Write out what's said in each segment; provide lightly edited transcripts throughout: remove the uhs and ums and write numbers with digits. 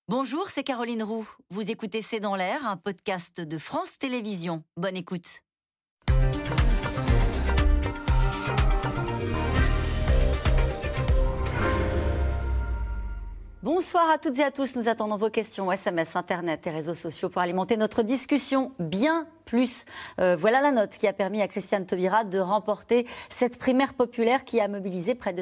Bonjour, c'est Caroline Roux. Vous écoutez C'est dans l'air, un podcast de France Télévisions. Bonne écoute. Bonsoir à toutes et à tous. Nous attendons vos questions, SMS, Internet et réseaux sociaux pour alimenter notre discussion bien plus. Voilà la note qui a permis à Christiane Taubira de remporter cette primaire populaire qui a mobilisé près de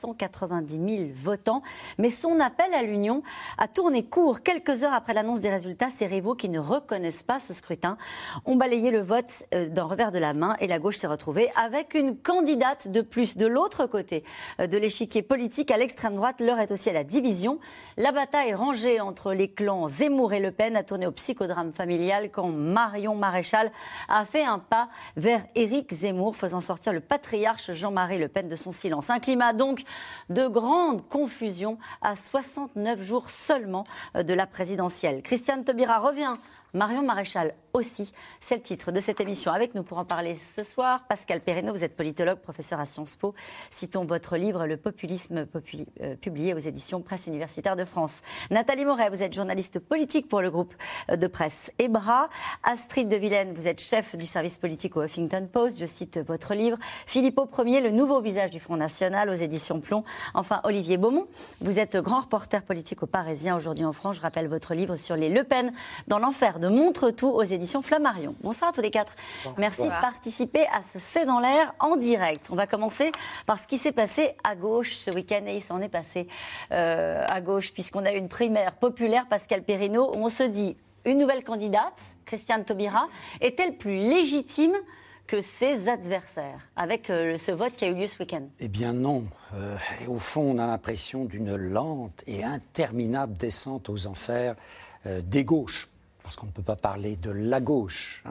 390 000 votants. Mais son appel à l'union a tourné court. Quelques heures après l'annonce des résultats, ses rivaux qui ne reconnaissent pas ce scrutin ont balayé le vote d'un revers de la main et la gauche s'est retrouvée avec une candidate de plus. De l'autre côté de l'échiquier politique, à l'extrême droite, l'heure est aussi à la division. La bataille rangée entre les clans Zemmour et Le Pen a tourné au psychodrame familial quand Marion Maréchal a fait un pas vers Éric Zemmour, faisant sortir le patriarche Jean-Marie Le Pen de son silence. Un climat donc de grande confusion à 69 jours seulement de la présidentielle. Christiane Taubira revient. Marion Maréchal aussi, c'est le titre de cette émission. Avec nous pour en parler ce soir, Pascal Perrineau, vous êtes politologue, professeur à Sciences Po. Citons votre livre « Le populisme » publié aux éditions Presse universitaire de France. Nathalie Moret, vous êtes journaliste politique pour le groupe de presse EBRA. Astrid de Villene, vous êtes chef du service politique au Huffington Post. Je cite votre livre. Philippot Ier, le nouveau visage du Front National aux éditions Plomb. Enfin, Olivier Beaumont, vous êtes grand reporter politique au Parisien aujourd'hui en France. Je rappelle votre livre sur les Le Pen dans l'enfer de Montre-tout aux éditions Flammarion. Bonsoir à tous les quatre. Bonsoir. Merci de participer à ce C'est dans l'air en direct. On va commencer par ce qui s'est passé à gauche ce week-end et il s'en est passé à gauche puisqu'on a eu une primaire populaire, Pascal Perrineau, où on se dit une nouvelle candidate, Christiane Taubira, est-elle plus légitime que ses adversaires avec ce vote qui a eu lieu ce week-end? Eh bien non. Et au fond, on a l'impression d'une lente et interminable descente aux enfers des gauches. Parce qu'on ne peut pas parler de la gauche.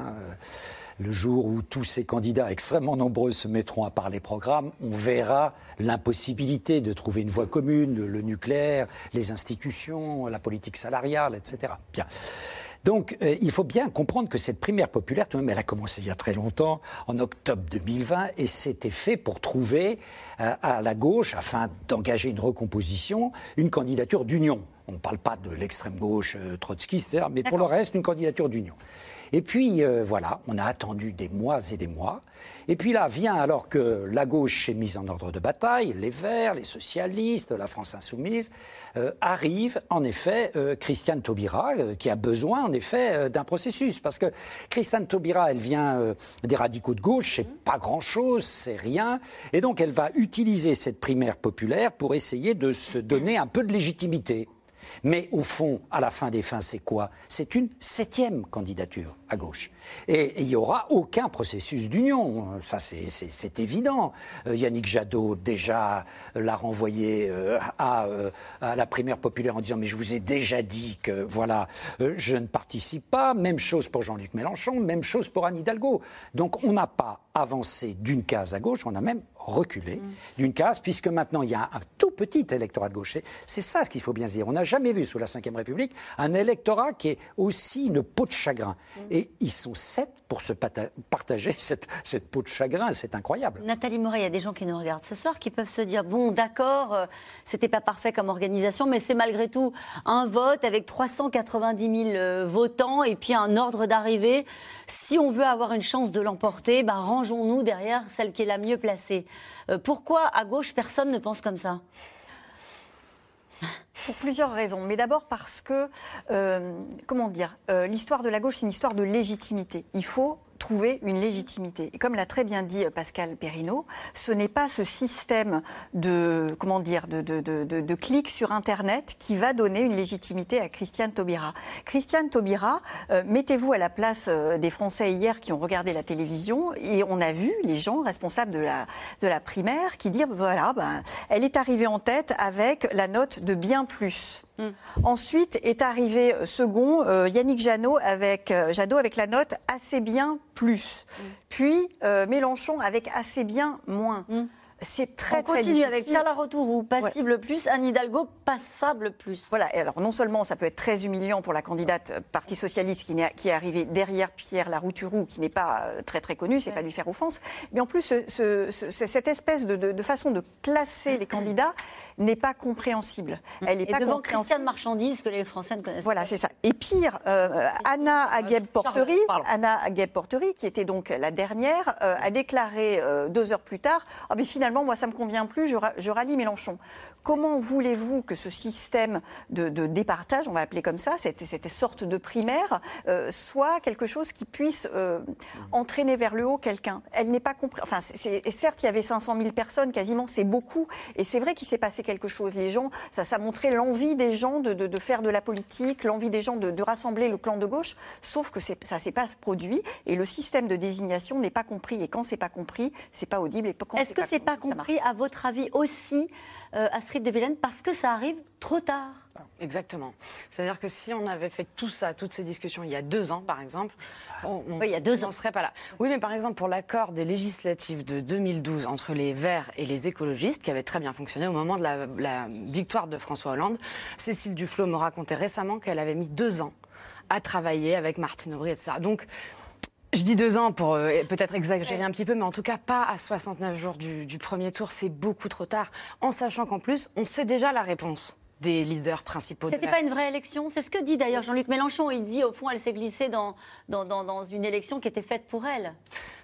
Le jour où tous ces candidats extrêmement nombreux se mettront à parler programme, on verra l'impossibilité de trouver une voie commune, le nucléaire, les institutions, la politique salariale, etc. Bien. Donc, il faut bien comprendre que cette primaire populaire, tout de même, elle a commencé il y a très longtemps, en octobre 2020, et c'était fait pour trouver à la gauche, afin d'engager une recomposition, une candidature d'union. On ne parle pas de l'extrême gauche trotskiste, mais pour le reste, une candidature d'union. Et puis, voilà, on a attendu des mois et des mois. Et puis là, vient, alors que la gauche est mise en ordre de bataille, les Verts, les socialistes, la France insoumise, arrive, en effet, Christiane Taubira, qui a besoin, en effet, d'un processus. Parce que Christiane Taubira, elle vient des radicaux de gauche, c'est pas grand-chose, c'est rien. Et donc, elle va utiliser cette primaire populaire pour essayer de se donner un peu de légitimité. Mais au fond, à la fin des fins, c'est quoi? C'est une 7e candidature à gauche. Et il n'y aura aucun processus d'union. Ça, c'est évident. Yannick Jadot, déjà, l'a renvoyé à la primaire populaire en disant « Mais je vous ai déjà dit que, voilà, je ne participe pas. » Même chose pour Jean-Luc Mélenchon, même chose pour Anne Hidalgo. Donc, on n'a pas avancé d'une case à gauche, on a même reculé d'une case, puisque maintenant, il y a un tout petit électorat de gauche. C'est ça ce qu'il faut bien se dire. On n'a jamais vu sous la Ve République un électorat qui est aussi une peau de chagrin. Et ils sont 7 pour se partager cette peau de chagrin, c'est incroyable. Nathalie Moret, il y a des gens qui nous regardent ce soir qui peuvent se dire, bon d'accord, c'était pas parfait comme organisation, mais c'est malgré tout un vote avec 390 000 votants et puis un ordre d'arrivée. Si on veut avoir une chance de l'emporter, rangeons-nous derrière celle qui est la mieux placée. Pourquoi à gauche personne ne pense comme ça ? Pour plusieurs raisons. Mais d'abord parce que, l'histoire de la gauche, c'est une histoire de légitimité. Il faut trouver une légitimité. Et comme l'a très bien dit Pascal Perrineau, ce n'est pas ce système de clics sur Internet qui va donner une légitimité à Christiane Taubira. Christiane Taubira, mettez-vous à la place des Français hier qui ont regardé la télévision et on a vu les gens responsables de la primaire qui disent voilà, elle est arrivée en tête avec la note de bien plus. Ensuite est arrivé second Yannick Jadot avec la note assez bien plus. Puis Mélenchon avec assez bien moins. C'est très, très difficile. On continue avec Pierre Larotourou, passible plus, Anne Hidalgo, passable plus. Voilà, et alors non seulement ça peut être très humiliant pour la candidate Parti Socialiste qui est arrivée derrière Pierre Larotourou, qui n'est pas très très connu, c'est pas lui faire offense, mais en plus cette espèce de façon de classer les candidats n'est pas compréhensible. Elle n'est Et pas devant compréhensible. Christiane Marchandise que les Français ne connaissent Voilà, pas. c'est ça. Et pire, Anna Agueb-Portery, qui était donc la dernière, a déclaré 2 heures plus tard « Ah, mais finalement, moi, ça ne me convient plus, je rallie Mélenchon ». Comment voulez-vous que ce système de départage, on va l'appeler comme ça, cette sorte de primaire, soit quelque chose qui puisse entraîner vers le haut quelqu'un? Elle n'est pas comprise. Enfin, certes, il y avait 500 000 personnes, quasiment, c'est beaucoup. Et c'est vrai qu'il s'est passé quelque chose. Les gens, ça montrait l'envie des gens de faire de la politique, l'envie des gens de rassembler le clan de gauche. Sauf que ça ne s'est pas produit. Et le système de désignation n'est pas compris. Et quand c'est pas compris, c'est pas audible. Est-ce que c'est pas compris, à votre avis aussi, Astrid de Villene, parce que ça arrive trop tard? Exactement. C'est-à-dire que si on avait fait tout ça, toutes ces discussions il y a 2 ans, par exemple, Oui, il y a 2 ans. on n'en serait pas là. Oui, mais par exemple, pour l'accord des législatives de 2012 entre les Verts et les écologistes, qui avait très bien fonctionné au moment de la victoire de François Hollande, Cécile Duflot me racontait récemment qu'elle avait mis 2 ans à travailler avec Martine Aubry, etc. Donc, je dis 2 ans pour peut-être exagérer un petit peu, mais en tout cas pas à 69 jours du premier tour, c'est beaucoup trop tard. En sachant qu'en plus, on sait déjà la réponse des leaders principaux. C'était pas une vraie élection. C'est ce que dit d'ailleurs Jean-Luc Mélenchon. Il dit, au fond, elle s'est glissée dans une élection qui était faite pour elle.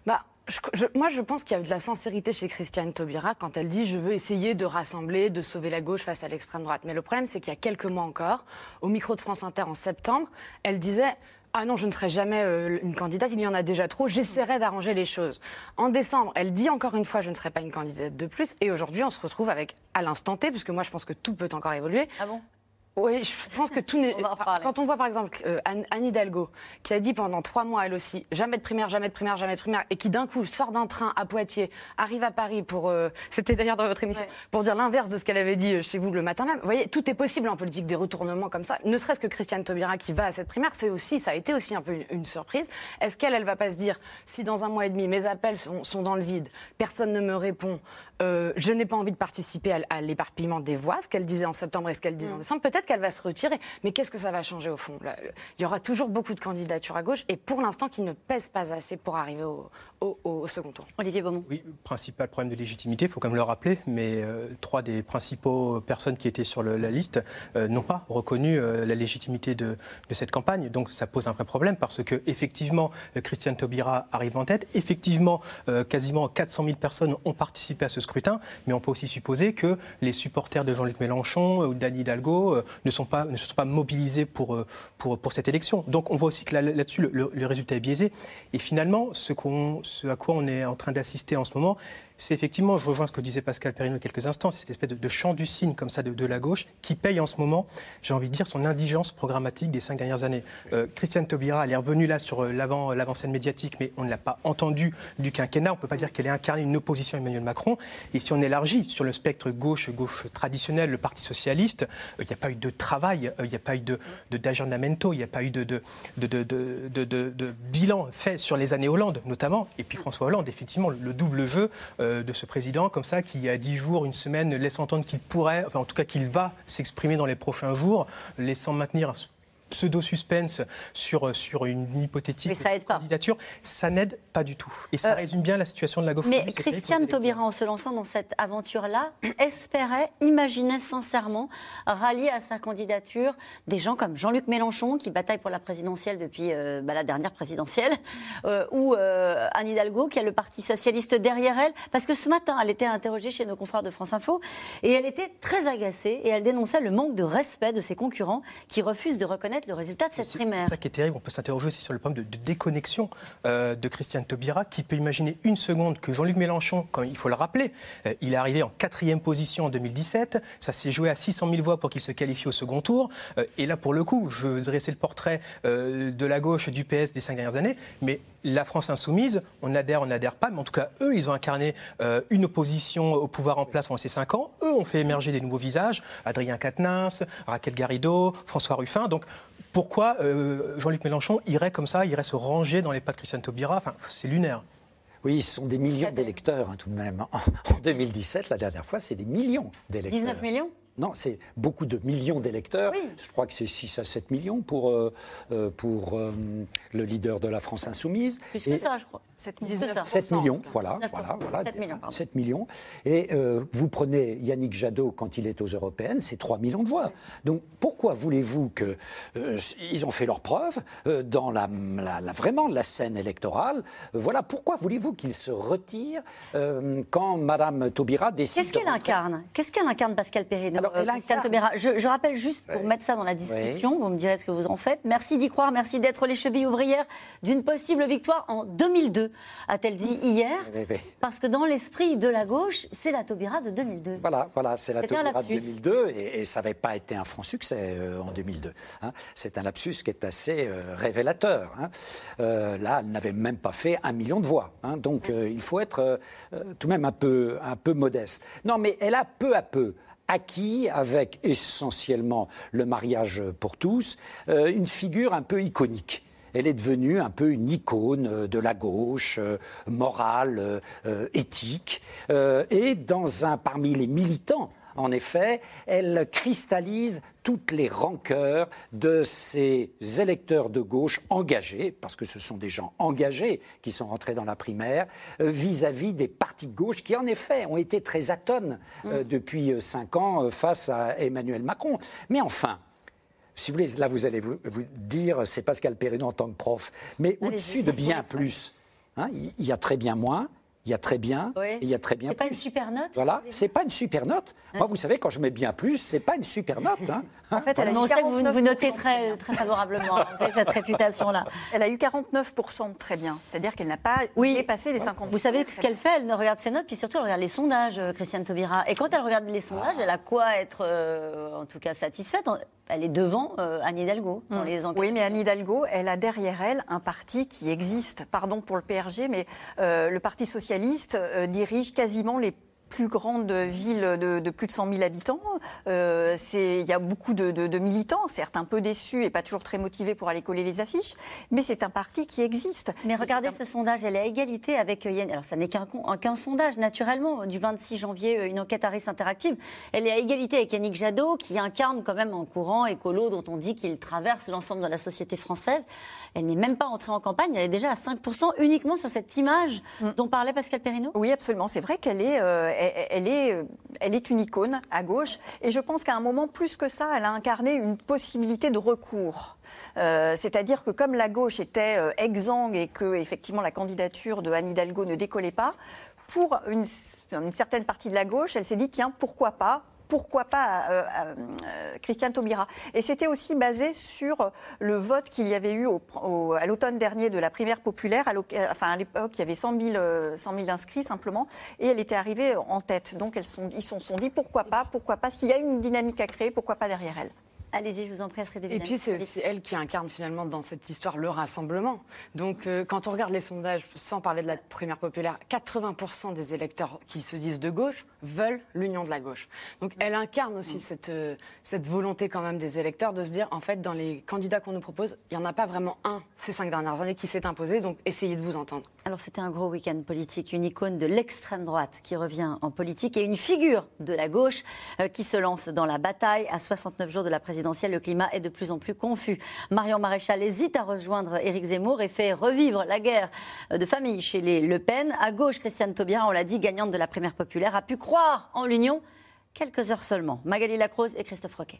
Moi, je pense qu'il y a de la sincérité chez Christiane Taubira quand elle dit « je veux essayer de rassembler, de sauver la gauche face à l'extrême droite ». Mais le problème, c'est qu'il y a quelques mois encore, au micro de France Inter en septembre, elle disait « ah non, je ne serai jamais une candidate, il y en a déjà trop, j'essaierai d'arranger les choses ». En décembre, elle dit encore une fois « je ne serai pas une candidate de plus ». Et aujourd'hui, on se retrouve avec, à l'instant T, puisque moi je pense que tout peut encore évoluer. Ah bon ? Oui, je pense que tout n'est... Quand on voit par exemple Anne Hidalgo, qui a dit pendant 3 mois elle aussi, jamais de primaire, jamais de primaire, jamais de primaire, et qui d'un coup sort d'un train à Poitiers, arrive à Paris pour... C'était d'ailleurs dans votre émission, pour dire l'inverse de ce qu'elle avait dit chez vous le matin même. Vous voyez, tout est possible en politique, des retournements comme ça. Ne serait-ce que Christiane Taubira qui va à cette primaire, ça a été aussi un peu une surprise. Est-ce qu'elle va pas se dire, si dans 1 mois et demi, mes appels sont dans le vide, personne ne me répond, je n'ai pas envie de participer à l'éparpillement des voix, ce qu'elle disait en septembre et ce qu'elle disait en décembre, peut-être qu'elle va se retirer. Mais qu'est-ce que ça va changer au fond? Il y aura toujours beaucoup de candidatures à gauche et pour l'instant qui ne pèsent pas assez pour arriver au second tour. Olivier Beaumont. Oui, principal problème de légitimité, il faut quand même le rappeler, mais 3 des principaux personnes qui étaient sur la liste n'ont pas reconnu la légitimité de cette campagne. Donc ça pose un vrai problème parce que effectivement, Christiane Taubira arrive en tête. Effectivement, quasiment 400 000 personnes ont participé à ce scrutin, mais on peut aussi supposer que les supporters de Jean-Luc Mélenchon ou d'Anne Hidalgo ne se sont pas mobilisés pour cette élection. Donc on voit aussi que là-dessus, le résultat est biaisé. Et finalement, ce à quoi on est en train d'assister en ce moment, c'est effectivement, je rejoins ce que disait Pascal Perrineau il y a quelques instants, c'est cette espèce de chant du cygne comme ça de la gauche qui paye en ce moment, j'ai envie de dire, son indigence programmatique des 5 dernières années. Christiane Taubira, elle est revenue là sur l'avant-scène médiatique, mais on ne l'a pas entendue du quinquennat. On ne peut pas dire qu'elle ait incarné une opposition à Emmanuel Macron. Et si on élargit sur le spectre gauche traditionnel, le Parti socialiste, il n'y a pas eu de travail, il n'y a pas eu d'aggiornamento, il n'y a pas eu de bilan fait sur les années Hollande, notamment. Et puis François Hollande, effectivement, le double jeu de ce président, comme ça, qui, il y a 10 jours, une semaine, laisse entendre qu'il pourrait, enfin en tout cas qu'il va s'exprimer dans les prochains jours, laissant maintenir pseudo-suspense sur une hypothétique candidature, ça n'aide pas du tout. Et ça résume bien la situation de la gauche. Mais Christiane Taubira, en se lançant dans cette aventure-là, espérait, imaginait sincèrement rallier à sa candidature des gens comme Jean-Luc Mélenchon, qui bataille pour la présidentielle depuis la dernière présidentielle, ou Anne Hidalgo, qui a le Parti socialiste derrière elle. Parce que ce matin, elle était interrogée chez nos confrères de France Info, et elle était très agacée, et elle dénonçait le manque de respect de ses concurrents qui refusent de reconnaître le résultat de cette primaire. C'est ça qui est terrible. On peut s'interroger aussi sur le problème de déconnexion de Christiane Taubira, qui peut imaginer une seconde que Jean-Luc Mélenchon, quand il faut le rappeler, il est arrivé en 4e position en 2017. Ça s'est joué à 600 000 voix pour qu'il se qualifie au second tour. Et là, pour le coup, je veux dresser le portrait de la gauche du PS des 5 dernières années. Mais la France insoumise, on n'adhère pas. Mais en tout cas, eux, ils ont incarné une opposition au pouvoir en place pendant ces 5 ans. Eux ont fait émerger des nouveaux visages. Adrien Quatennens, Raquel Garrido, François Ruffin. Donc, pourquoi Jean-Luc Mélenchon irait comme ça, irait se ranger dans les pas de Christiane Taubira? Enfin, c'est lunaire. Oui, ce sont des millions d'électeurs tout de même. En 2017, la dernière fois, c'est des millions d'électeurs. 19 millions ? Non, c'est beaucoup de millions d'électeurs. Oui. Je crois que c'est 6 à 7 millions pour le leader de la France Insoumise. Plus que ça, je crois. 7 millions, voilà. 7 millions. Et vous prenez Yannick Jadot quand il est aux européennes, c'est 3 millions de voix. Donc pourquoi voulez-vous qu'ils ont fait leurs preuves dans vraiment la scène électorale? Voilà, pourquoi voulez-vous qu'ils se retirent quand Mme Taubira décide... Qu'est-ce qu'elle incarne, Pascal Perrineau? Je rappelle juste, pour mettre ça dans la discussion, vous me direz ce que vous en faites. Merci d'y croire, merci d'être les chevilles ouvrières d'une possible victoire en 2002, a-t-elle dit hier. Parce que dans l'esprit de la gauche, c'est la Taubira de 2002. Voilà, c'est la Taubira de 2002 et ça n'avait pas été un franc succès en 2002. Hein. C'est un lapsus qui est assez révélateur. Hein. Là, elle n'avait même pas fait 1 million de voix. Hein. Donc il faut être tout de même un peu modeste. Non, mais elle a peu à peu acquis, avec essentiellement le mariage pour tous, une figure un peu iconique. Elle est devenue un peu une icône de la gauche, morale, éthique. Et parmi les militants, en effet, elle cristallise toutes les rancœurs de ces électeurs de gauche engagés, parce que ce sont des gens engagés qui sont rentrés dans la primaire, vis-à-vis des partis de gauche qui, en effet, ont été très atones depuis 5 ans face à Emmanuel Macron. Mais enfin, si vous voulez, là vous allez vous dire, c'est Pascal Perrineau en tant que prof, mais au-dessus de bien plus, hein, il y a très bien moins. Il y a très bien, et il y a très bien plus. C'est pas une super note? Voilà, c'est pas une super note. Moi, vous savez, quand je mets bien plus, c'est pas une super note. Hein. En fait, elle a eu 49%. Vous notez très, très favorablement. Vous avez cette réputation-là. Elle a eu 49% de très bien. C'est-à-dire qu'elle n'a pas dépassé les 50%. Vous savez ce qu'elle fait? Elle ne regarde ses notes, puis surtout, elle regarde les sondages, Christiane Taubira. Et quand elle regarde les sondages, elle a quoi être, en tout cas, satisfaite? Elle est devant Anne Hidalgo dans les enquêtes. Oui, mais Anne Hidalgo, elle a derrière elle un parti qui existe. Pardon pour le PRG, mais le Parti socialiste dirige quasiment les plus grande ville de plus de 100 000 habitants. Il y a beaucoup de militants, certes un peu déçus et pas toujours très motivés pour aller coller les affiches, mais c'est un parti qui existe. Mais regardez ce sondage, elle est à égalité avec Yannick. Alors ça n'est qu'un sondage, naturellement, du 26 janvier, une enquête Harris Interactive. Elle est à égalité avec Yannick Jadot, qui incarne quand même un courant écolo dont on dit qu'il traverse l'ensemble de la société française. Elle n'est même pas entrée en campagne, elle est déjà à 5% uniquement sur cette image dont parlait Pascal Perrineau. Oui, absolument. C'est vrai qu'elle est... Elle est une icône à gauche et je pense qu'à un moment, plus que ça, elle a incarné une possibilité de recours. C'est-à-dire que comme la gauche était exsangue et que effectivement la candidature de Anne Hidalgo ne décollait pas, pour une certaine partie de la gauche, elle s'est dit tiens, pourquoi pas Christiane Taubira. Et c'était aussi basé sur le vote qu'il y avait eu à l'automne dernier de la primaire populaire. À l'époque, il y avait 100 000 inscrits simplement, et elle était arrivée en tête. Donc ils se sont dit pourquoi pas, s'il y a une dynamique à créer, pourquoi pas derrière elle. Allez-y, je vous en prie, Et puis c'est aussi elle qui incarne finalement dans cette histoire le rassemblement. Donc quand on regarde les sondages, sans parler de la primaire populaire, 80% des électeurs qui se disent de gauche veulent l'union de la gauche. Donc elle incarne aussi cette volonté quand même des électeurs de se dire, en fait, dans les candidats qu'on nous propose, il n'y en a pas vraiment un ces 5 dernières années qui s'est imposé, donc essayez de vous entendre. Alors c'était un gros week-end politique, une icône de l'extrême droite qui revient en politique et une figure de la gauche qui se lance dans la bataille à 69 jours de la présidentielle. Le climat est de plus en plus confus. Marion Maréchal hésite à rejoindre Éric Zemmour et fait revivre la guerre de famille chez les Le Pen. À gauche, Christiane Taubira, on l'a dit, gagnante de la primaire populaire, a pu croire en l'union quelques heures seulement. Magali Lacroze et Christophe Roquet.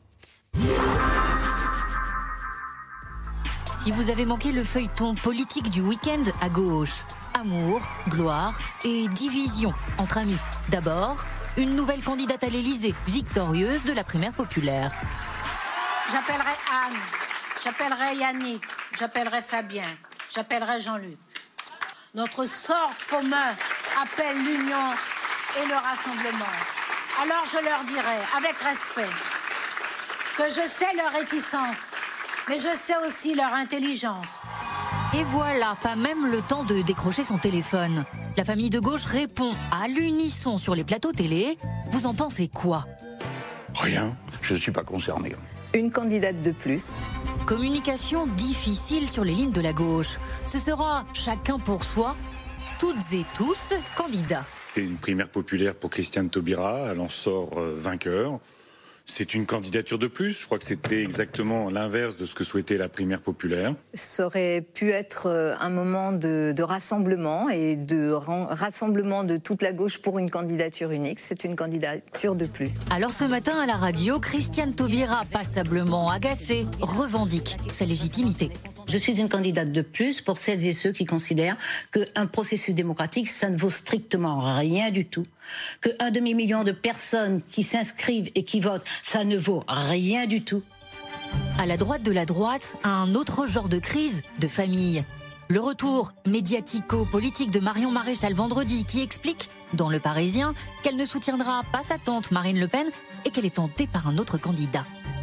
Si vous avez manqué le feuilleton politique du week-end à gauche, amour, gloire et division entre amis. D'abord, une nouvelle candidate à l'Élysée, victorieuse de la primaire populaire. J'appellerai Anne, j'appellerai Yannick, j'appellerai Fabien, j'appellerai Jean-Luc. Notre sort commun appelle l'union et le rassemblement. Alors je leur dirai, avec respect, que je sais leur réticence, mais je sais aussi leur intelligence. Et voilà, pas même le temps de décrocher son téléphone. La famille de gauche répond à l'unisson sur les plateaux télé. Vous en pensez quoi? Rien, je ne suis pas concerné. Une candidate de plus. Communication difficile sur les lignes de la gauche. Ce sera chacun pour soi, toutes et tous candidats. C'est une primaire populaire pour Christiane Taubira, elle en sort vainqueur. C'est une candidature de plus. Je crois que c'était exactement l'inverse de ce que souhaitait la primaire populaire. Ça aurait pu être un moment de rassemblement et de rassemblement de toute la gauche pour une candidature unique. C'est une candidature de plus. Alors ce matin à la radio, Christiane Taubira, passablement agacée, revendique sa légitimité. Je suis une candidate de plus pour celles et ceux qui considèrent qu'un processus démocratique, ça ne vaut strictement rien du tout. Qu'un demi-million de personnes qui s'inscrivent et qui votent, ça ne vaut rien du tout. À la droite de la droite, un autre genre de crise de famille. Le retour médiatico-politique de Marion Maréchal vendredi qui explique, dans Le Parisien, qu'elle ne soutiendra pas sa tante Marine Le Pen et qu'elle est tentée par un autre candidat.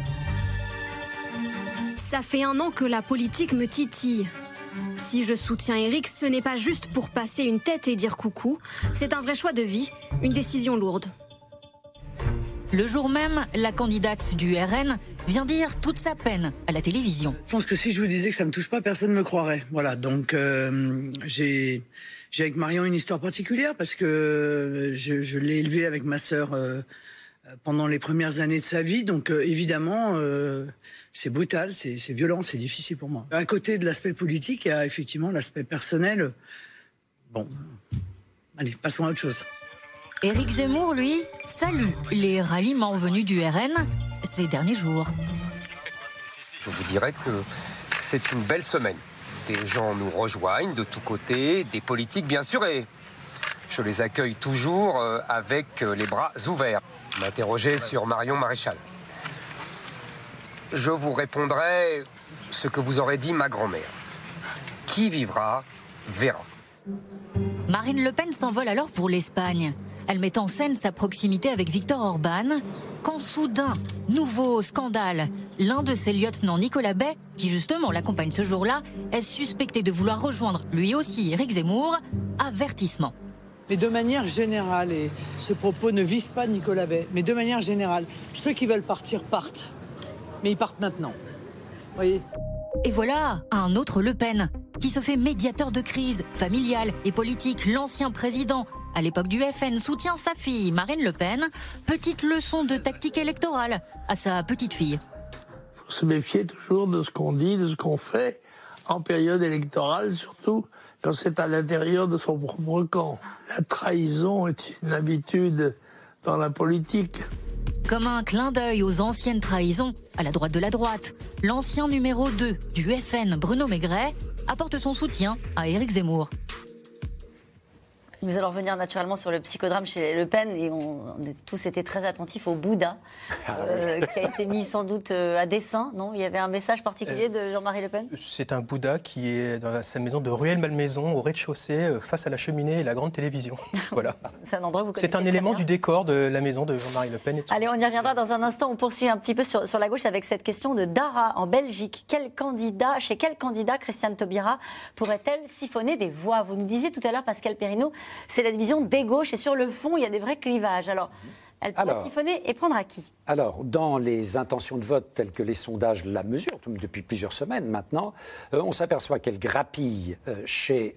Ça fait 1 an que la politique me titille. Si je soutiens Éric, ce n'est pas juste pour passer une tête et dire coucou. C'est un vrai choix de vie, une décision lourde. Le jour même, la candidate du RN vient dire toute sa peine à la télévision. Je pense que si je vous disais que ça ne me touche pas, personne ne me croirait. Voilà, donc j'ai avec Marion une histoire particulière parce que je l'ai élevée avec ma sœur pendant les premières années de sa vie. Donc évidemment, c'est brutal, c'est violent, c'est difficile pour moi. À côté de l'aspect politique, il y a effectivement l'aspect personnel. Bon, allez, passons à autre chose. Éric Zemmour, lui, salue les ralliements venus du RN ces derniers jours. Je vous dirais que c'est une belle semaine. Des gens nous rejoignent de tous côtés, des politiques bien sûr, et je les accueille toujours avec les bras ouverts. M'interroger sur Marion Maréchal. Je vous répondrai ce que vous aurait dit ma grand-mère. Qui vivra, verra. Marine Le Pen s'envole alors pour l'Espagne. Elle met en scène sa proximité avec Viktor Orban, quand soudain, nouveau scandale. L'un de ses lieutenants, Nicolas Bay, qui justement l'accompagne ce jour-là, est suspecté de vouloir rejoindre lui aussi Éric Zemmour. Avertissement. Mais de manière générale, et ce propos ne vise pas Nicolas Bay, mais de manière générale, ceux qui veulent partir partent. Mais ils partent maintenant. Voyez. Et voilà un autre Le Pen, qui se fait médiateur de crise familiale et politique. L'ancien président, à l'époque du FN, soutient sa fille, Marine Le Pen. Petite leçon de tactique électorale à sa petite fille. Il faut se méfier toujours de ce qu'on dit, de ce qu'on fait, en période électorale surtout, quand c'est à l'intérieur de son propre camp. La trahison est une habitude dans la politique. Comme un clin d'œil aux anciennes trahisons, à la droite de la droite, l'ancien numéro 2 du FN, Bruno Maigret, apporte son soutien à Éric Zemmour. Nous allons revenir naturellement sur le psychodrame chez Le Pen et on a tous été très attentifs au Bouddha qui a été mis sans doute à dessein, non ? Il y avait un message particulier de Jean-Marie Le Pen ? C'est un Bouddha qui est dans sa maison de Rueil-Malmaison, au rez-de-chaussée, face à la cheminée et la grande télévision. Voilà. C'est un endroit que vous connaissez. C'est un élément du décor de la maison de Jean-Marie Le Pen. Allez, on y reviendra dans un instant. On poursuit un petit peu sur la gauche avec cette question de Dara en Belgique. Chez quel candidat Christiane Taubira pourrait-elle siphonner des voix ? Vous nous disiez tout à l'heure, Pascal Perrineau, c'est la division des gauches et sur le fond, il y a des vrais clivages. Alors, elle pourrait siphonner et prendre à qui ? Alors, dans les intentions de vote telles que les sondages la mesurent, depuis plusieurs semaines maintenant, on s'aperçoit qu'elle grappille chez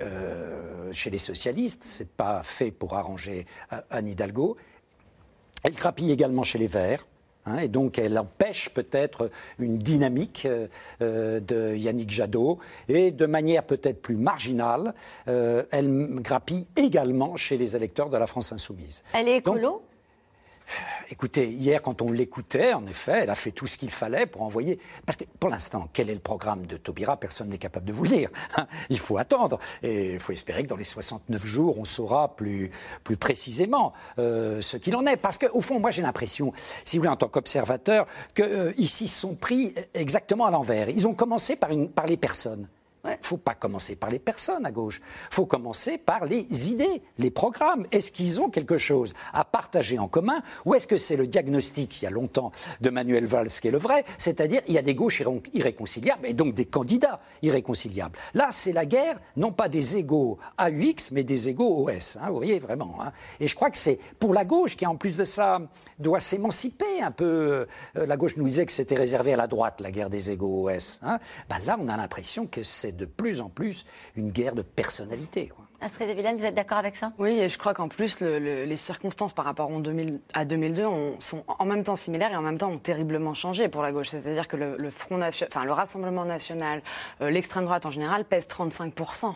les socialistes. C'est pas fait pour arranger Anne Hidalgo. Elle grappille également chez les Verts. Et donc, elle empêche peut-être une dynamique de Yannick Jadot. Et de manière peut-être plus marginale, elle grappille également chez les électeurs de la France Insoumise. Elle est écolo ? Donc, écoutez, hier, quand on l'écoutait, en effet, elle a fait tout ce qu'il fallait pour envoyer... Parce que, pour l'instant, quel est le programme de Taubira ? Personne n'est capable de vous le dire. Il faut attendre. Et il faut espérer que dans les 69 jours, on saura plus précisément ce qu'il en est. Parce qu'au fond, moi, j'ai l'impression, si vous voulez, en tant qu'observateur, qu'ici, sont pris exactement à l'envers. Ils ont commencé par les personnes. Il ne faut pas commencer par les personnes à gauche. Il faut commencer par les idées, les programmes. Est-ce qu'ils ont quelque chose à partager en commun ou est-ce que c'est le diagnostic, il y a longtemps, de Manuel Valls qui est le vrai, c'est-à-dire il y a des gauches irréconciliables et donc des candidats irréconciliables. Là, c'est la guerre, non pas des égaux AUX, mais des égaux OS. Vous voyez, vraiment. Et je crois que c'est pour la gauche qui, en plus de ça, doit s'émanciper un peu. La gauche nous disait que c'était réservé à la droite, la guerre des égaux OS. Là, on a l'impression que c'est de plus en plus une guerre de personnalité. Astrid de Villene, vous êtes d'accord avec ça? Oui, et je crois qu'en plus, les circonstances par rapport à 2002 sont en même temps similaires et en même temps ont terriblement changé pour la gauche. C'est-à-dire que le Rassemblement national, l'extrême droite en général, pèse 35%.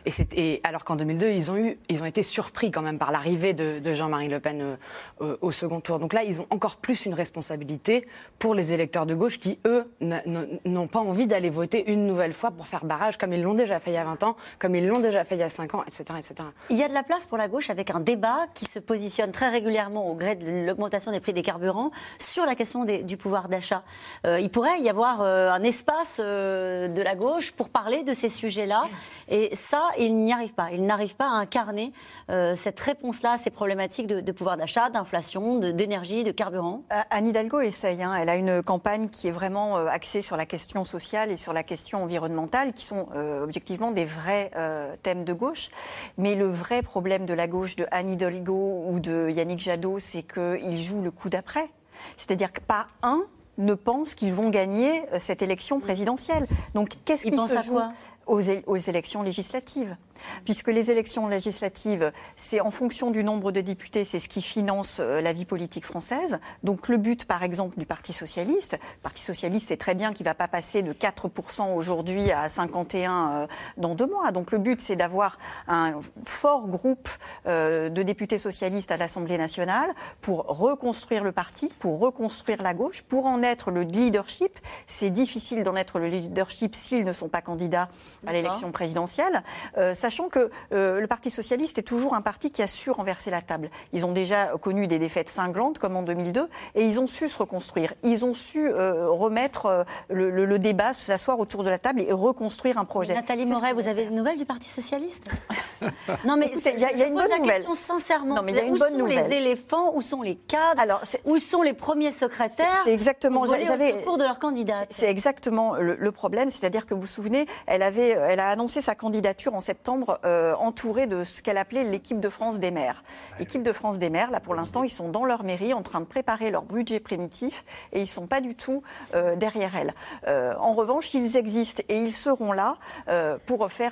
Et alors qu'en 2002, ils ont été surpris quand même par l'arrivée de Jean-Marie Le Pen au second tour. Donc là, ils ont encore plus une responsabilité pour les électeurs de gauche qui, eux, n'ont pas envie d'aller voter une nouvelle fois pour faire barrage, comme ils l'ont déjà fait il y a 20 ans, comme ils l'ont déjà fait il y a 5 ans. Etc. Il y a de la place pour la gauche avec un débat qui se positionne très régulièrement au gré de l'augmentation des prix des carburants sur la question du pouvoir d'achat. Il pourrait y avoir un espace de la gauche pour parler de ces sujets-là. Et ça, il n'y arrive pas. Il n'arrive pas à incarner cette réponse-là à ces problématiques de pouvoir d'achat, d'inflation, d'énergie, de carburant. Anne Hidalgo essaye. Elle a une campagne qui est vraiment axée sur la question sociale et sur la question environnementale, qui sont objectivement des vrais thèmes de gauche. Mais le vrai problème de la gauche de Anne Hidalgo ou de Yannick Jadot, c'est qu'ils jouent le coup d'après. C'est-à-dire que pas un ne pense qu'ils vont gagner cette élection présidentielle. Donc qu'est-ce qui se joue aux élections législatives? Puisque les élections législatives, c'est en fonction du nombre de députés, c'est ce qui finance la vie politique française. Donc le but, par exemple, du Parti socialiste, c'est très bien qu'il ne va pas passer de 4% aujourd'hui à 51% dans 2 mois. Donc le but, c'est d'avoir un fort groupe de députés socialistes à l'Assemblée nationale pour reconstruire le parti, pour reconstruire la gauche, pour en être le leadership. C'est difficile d'en être le leadership s'ils ne sont pas candidats à l'élection présidentielle. Sachant que le Parti socialiste est toujours un parti qui a su renverser la table. Ils ont déjà connu des défaites cinglantes, comme en 2002, et ils ont su se reconstruire. Ils ont su remettre le débat, s'asseoir autour de la table et reconstruire un projet. Nathalie Moret, vous avez des nouvelles du Parti socialiste? Non, mais il y a une bonne nouvelle. Question sincèrement. Non, mais il y a une bonne nouvelle. Où sont les éléphants? Où sont les cadres? Où sont les premiers secrétaires? C'est exactement. Au secours de leur candidate. C'est exactement le problème. C'est-à-dire que vous vous souvenez, elle a annoncé sa candidature en septembre, entourée de ce qu'elle appelait l'équipe de France des maires. L'équipe de France des maires, là pour l'instant, ils sont dans leur mairie en train de préparer leur budget primitif et ils ne sont pas du tout derrière elle. En revanche, ils existent et ils seront là pour faire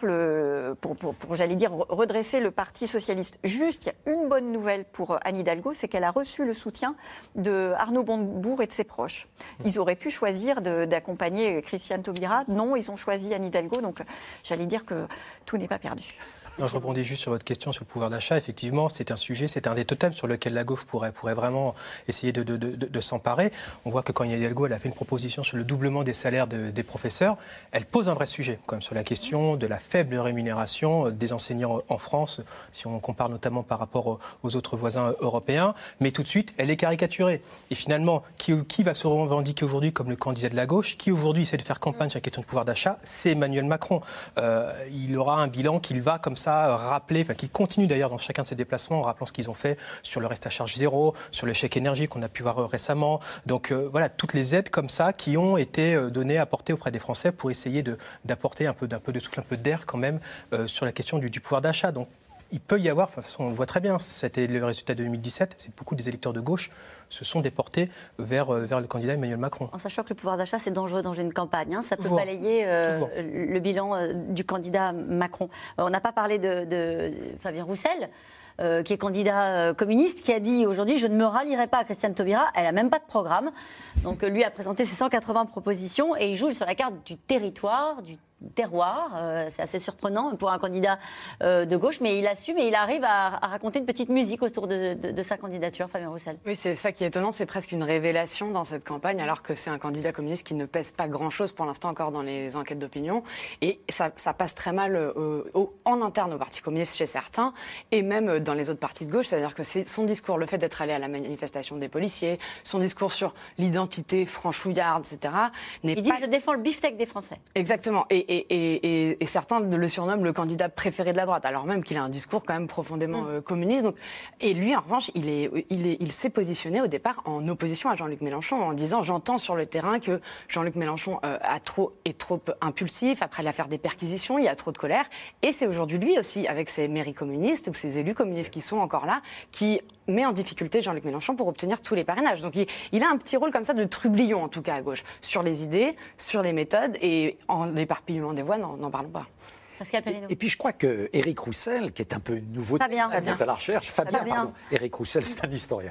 j'allais dire, redresser le Parti socialiste. Juste, il y a une bonne nouvelle pour Anne Hidalgo, c'est qu'elle a reçu le soutien de Arnaud Montebourg et de ses proches. Ils auraient pu choisir d'accompagner Christiane Taubira. Non, ils ont choisi Anne Hidalgo. Donc, j'allais dire que tout n'est pas perdu. Non, je rebondis juste sur votre question sur le pouvoir d'achat. Effectivement, c'est un sujet, c'est un des totems sur lequel la gauche pourrait vraiment essayer de s'emparer. On voit que quand Yannick Hidalgo, elle a fait une proposition sur le doublement des salaires des professeurs, elle pose un vrai sujet, quand même, sur la question de la faible rémunération des enseignants en France, si on compare notamment par rapport aux autres voisins européens. Mais tout de suite, elle est caricaturée. Et finalement, qui va se revendiquer aujourd'hui comme le candidat de la gauche, qui aujourd'hui essaie de faire campagne sur la question de pouvoir d'achat, c'est Emmanuel Macron. Il aura un bilan qu'il va comme ça rappeler, qui continue d'ailleurs dans chacun de ses déplacements en rappelant ce qu'ils ont fait sur le reste à charge zéro, sur le chèque énergie qu'on a pu voir récemment. Donc voilà, toutes les aides comme ça qui ont été données, apportées auprès des Français pour essayer d'apporter un peu de souffle, un peu d'air quand même sur la question du pouvoir d'achat. Donc il peut y avoir, de toute façon, on le voit très bien, c'était le résultat de 2017, c'est beaucoup des électeurs de gauche se sont déportés vers le candidat Emmanuel Macron. En sachant que le pouvoir d'achat, c'est dangereux dans une campagne. Ça peut balayer le bilan du candidat Macron. On n'a pas parlé de Fabien Roussel, qui est candidat communiste, qui a dit aujourd'hui « je ne me rallierai pas à Christiane Taubira ». Elle n'a même pas de programme. Donc lui a présenté ses 180 propositions et il joue sur la carte du territoire, du terroir. C'est assez surprenant pour un candidat de gauche, mais il assume et il arrive à raconter une petite musique autour de sa candidature, Fabien Roussel. Oui, c'est ça qui est étonnant, c'est presque une révélation dans cette campagne, alors que c'est un candidat communiste qui ne pèse pas grand-chose pour l'instant encore dans les enquêtes d'opinion. Et ça passe très mal en interne au Parti communiste chez certains, et même dans les autres partis de gauche. C'est-à-dire que c'est son discours, le fait d'être allé à la manifestation des policiers, son discours sur l'identité franchouillarde, etc. Il dit « je défends le beefsteak des Français ». Exactement. Et certains le surnomment le candidat préféré de la droite, alors même qu'il a un discours quand même profondément communiste. Donc, et lui, en revanche, il s'est positionné au départ en opposition à Jean-Luc Mélenchon, en disant « j'entends sur le terrain que Jean-Luc Mélenchon est trop impulsif, après l'affaire des perquisitions, il y a trop de colère ». Et c'est aujourd'hui lui aussi, avec ses mairies communistes ou ses élus communistes qui sont encore là, qui met en difficulté Jean-Luc Mélenchon pour obtenir tous les parrainages. Donc il a un petit rôle comme ça de trublion, en tout cas à gauche, sur les idées, sur les méthodes, et en l'éparpillement des voix, n'en parlons pas. Et puis je crois que Éric Roussel, qui est un peu nouveau à la recherche, Éric Roussel, c'est un historien.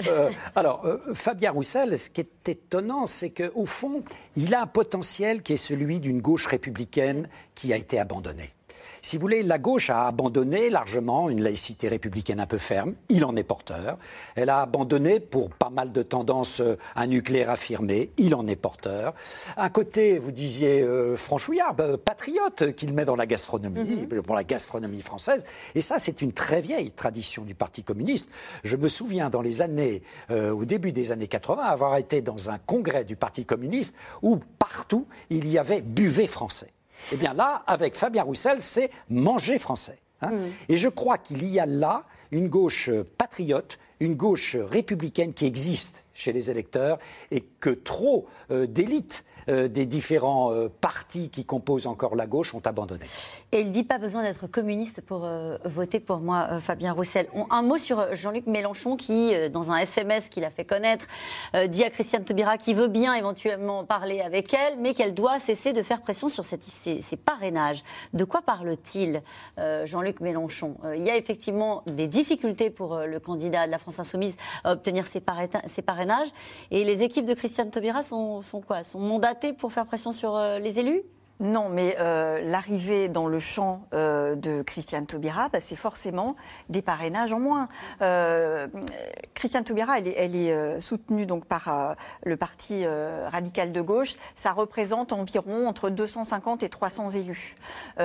Fabien Roussel, ce qui est étonnant, c'est qu'au fond, il a un potentiel qui est celui d'une gauche républicaine qui a été abandonnée. Si vous voulez, la gauche a abandonné largement une laïcité républicaine un peu ferme. Il en est porteur. Elle a abandonné pour pas mal de tendances un nucléaire affirmé. Il en est porteur. Un côté, vous disiez, franchouillard, patriote qu'il met dans la gastronomie, pour la gastronomie française. Et ça, c'est une très vieille tradition du Parti communiste. Je me souviens, dans les années, au début des années 80, avoir été dans un congrès du Parti communiste où partout, il y avait buffet français. Eh bien là, avec Fabien Roussel, c'est manger français. Et je crois qu'il y a là une gauche patriote, une gauche républicaine qui existe chez les électeurs et que trop d'élites des différents partis qui composent encore la gauche ont abandonné. Et il ne dit pas besoin d'être communiste pour voter pour moi, Fabien Roussel. Un mot sur Jean-Luc Mélenchon qui, dans un SMS qu'il a fait connaître, dit à Christiane Taubira qu'il veut bien éventuellement parler avec elle, mais qu'elle doit cesser de faire pression sur ces parrainages. De quoi parle-t-il, Jean-Luc Mélenchon? Il y a effectivement des difficultés pour le candidat de la France Insoumise à obtenir ces parrainages. Et les équipes de Christiane Taubira sont mandatées pour faire pression sur les élus? Non, mais l'arrivée dans le champ de Christiane Taubira, c'est forcément des parrainages en moins. Christiane Taubira, elle est soutenue donc par le parti radical de gauche. Ça représente environ entre 250 et 300 élus.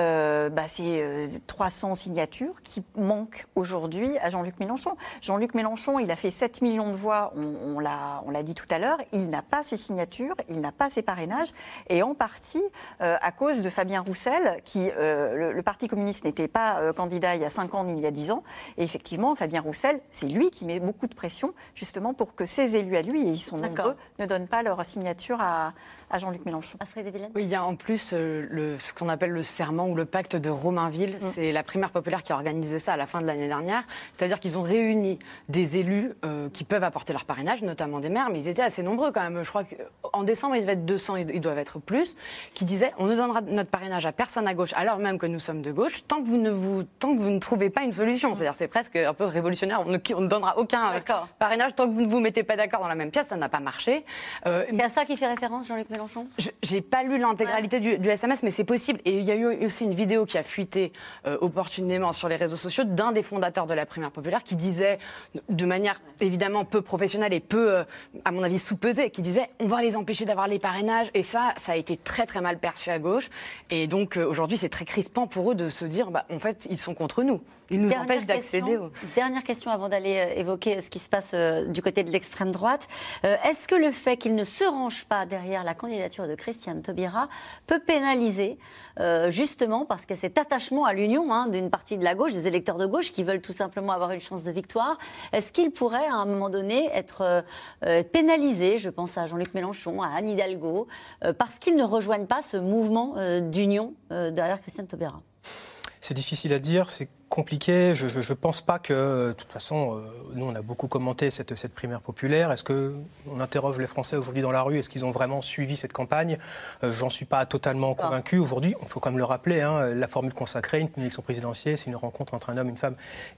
C'est 300 signatures qui manquent aujourd'hui à Jean-Luc Mélenchon. Jean-Luc Mélenchon, il a fait 7 millions de voix, on l'a dit tout à l'heure. Il n'a pas ces signatures, il n'a pas ces parrainages. Et en partie à cause de Fabien Roussel, qui, le Parti communiste n'était pas candidat il y a 5 ans ni il y a 10 ans. Et effectivement, Fabien Roussel, c'est lui qui met beaucoup de pression, justement pour que ses élus à lui, et ils sont nombreux, ne donnent pas leur signature à Jean-Luc Mélenchon. Oui, il y a en plus ce qu'on appelle le serment ou le pacte de Romainville. C'est la primaire populaire qui a organisé ça à la fin de l'année dernière. C'est-à-dire qu'ils ont réuni des élus qui peuvent apporter leur parrainage, notamment des maires, mais ils étaient assez nombreux quand même. Je crois qu'en décembre, ils devaient être 200, ils doivent être plus, qui disaient on ne donnera notre parrainage à personne à gauche, alors même que nous sommes de gauche, tant que vous ne trouvez pas une solution. C'est-à-dire c'est presque un peu révolutionnaire. On ne donnera aucun parrainage tant que vous ne vous mettez pas d'accord dans la même pièce. Ça n'a pas marché. C'est à ça qu'il fait référence, Jean-Luc Mélenchon? J'ai pas lu l'intégralité du SMS, mais c'est possible. Et il y a eu aussi une vidéo qui a fuité opportunément sur les réseaux sociaux d'un des fondateurs de la primaire populaire qui disait, de manière évidemment peu professionnelle et peu, à mon avis, sous-pesée, qui disait on va les empêcher d'avoir les parrainages. Et ça a été très très mal perçu à gauche. Et donc aujourd'hui, c'est très crispant pour eux de se dire en fait, ils sont contre nous. Ils nous empêchent d'accéder. Dernière question avant d'aller évoquer ce qui se passe du côté de l'extrême droite. Est-ce que le fait qu'ils ne se rangent pas derrière la candidature de Christiane Taubira peut pénaliser, justement parce qu'il y a cet attachement à l'union d'une partie de la gauche, des électeurs de gauche qui veulent tout simplement avoir une chance de victoire? Est-ce qu'il pourrait à un moment donné être pénalisé, je pense à Jean-Luc Mélenchon, à Anne Hidalgo, parce qu'ils ne rejoignent pas ce mouvement d'union derrière Christiane Taubira? C'est difficile à dire, c'est compliqué. Je ne pense pas que, de toute façon, nous on a beaucoup commenté cette primaire populaire. Est-ce qu'on interroge les Français aujourd'hui dans la rue? Est-ce qu'ils ont vraiment suivi cette campagne? J'en suis pas totalement convaincu. Aujourd'hui, il faut quand même le rappeler, la formule consacrée, une élection présidentielle, c'est une rencontre entre un homme, une femme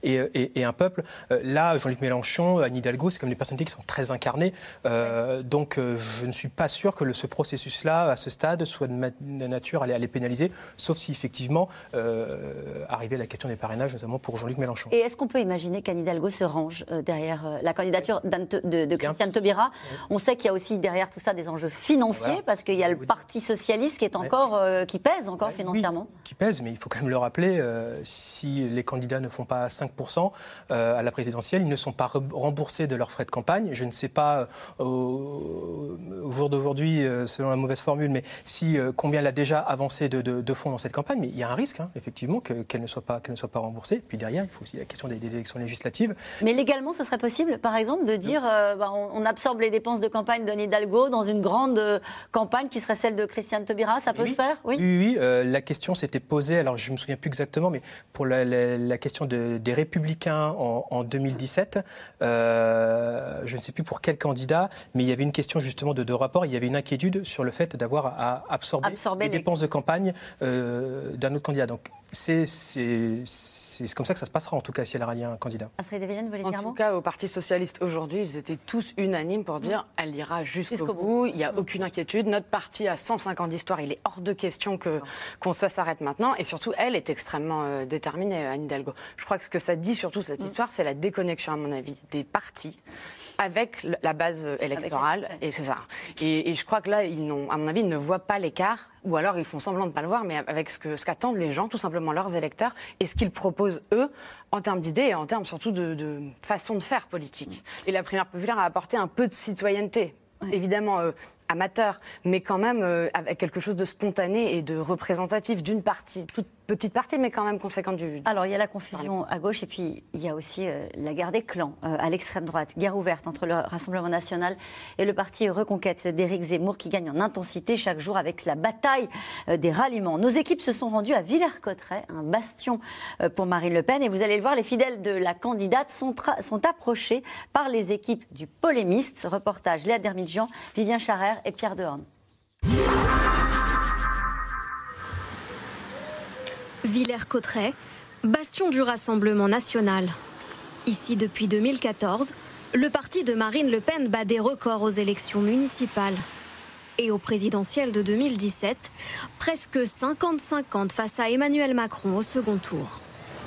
et un peuple. Là, Jean-Luc Mélenchon, Anne Hidalgo, c'est comme des personnalités qui sont très incarnées. Donc je ne suis pas sûr que ce processus-là, à ce stade, soit de nature à les pénaliser, sauf si effectivement arriver à la question des parrainages, notamment pour Jean-Luc Mélenchon. Et est-ce qu'on peut imaginer qu'Anne Hidalgo se range derrière la candidature de Christiane Taubira? On sait qu'il y a aussi derrière tout ça des enjeux financiers, parce qu'il y a le Parti socialiste qui est encore qui pèse encore financièrement. Oui, qui pèse, mais il faut quand même le rappeler, si les candidats ne font pas 5% à la présidentielle, ils ne sont pas remboursés de leurs frais de campagne. Je ne sais pas au jour d'aujourd'hui, selon la mauvaise formule, mais combien elle a déjà avancé de fonds dans cette campagne. Mais il y a un risque, effectivement, qu'elle ne soit pas remboursée. rembourser. Puis derrière, il faut aussi la question des élections législatives. Mais légalement, ce serait possible, par exemple, de dire on absorbe les dépenses de campagne d'Anne Hidalgo dans une grande campagne qui serait celle de Christiane Taubira. Ça peut se faire? Oui, la question s'était posée, alors je ne me souviens plus exactement, mais pour la question des Républicains en 2017, je ne sais plus pour quel candidat, mais il y avait une question justement de rapport. Il y avait une inquiétude sur le fait d'avoir à absorber les dépenses de campagne d'un autre candidat. Donc c'est comme ça que ça se passera, en tout cas, si elle rallie un candidat. Astrid Devienne, vous voulez dire un mot ? En tout cas, au Parti Socialiste aujourd'hui, ils étaient tous unanimes pour dire elle ira jusqu'au bout. Il n'y a aucune inquiétude. Notre parti a 105 ans d'histoire. Il est hors de question qu'on s'arrête maintenant. Et surtout, elle est extrêmement déterminée, Anne Hidalgo. Je crois que ce que ça dit surtout, cette histoire, c'est la déconnexion, à mon avis, des partis avec la base électorale, et c'est ça. Et je crois que là, à mon avis, ils ne voient pas l'écart, ou alors ils font semblant de ne pas le voir, mais avec ce qu'attendent les gens, tout simplement leurs électeurs, et ce qu'ils proposent, eux, en termes d'idées et en termes surtout de façon de faire politique. Et la primaire populaire a apporté un peu de citoyenneté, évidemment amateur, mais quand même avec quelque chose de spontané et de représentatif d'une partie, toute petite partie, mais quand même conséquente du... Alors, il y a la confusion à gauche et puis il y a aussi la guerre des clans à l'extrême droite. Guerre ouverte entre le Rassemblement national et le parti Reconquête d'Éric Zemmour qui gagne en intensité chaque jour avec la bataille des ralliements. Nos équipes se sont rendues à Villers-Cotterêts, un bastion pour Marine Le Pen. Et vous allez le voir, les fidèles de la candidate sont approchés par les équipes du polémiste. Reportage Léa Dermidjian, Vivien Charrère et Pierre Dehorne. Villers-Cotterêts, bastion du Rassemblement national. Ici, depuis 2014, le parti de Marine Le Pen bat des records aux élections municipales. Et aux présidentielles de 2017, presque 50-50 face à Emmanuel Macron au second tour.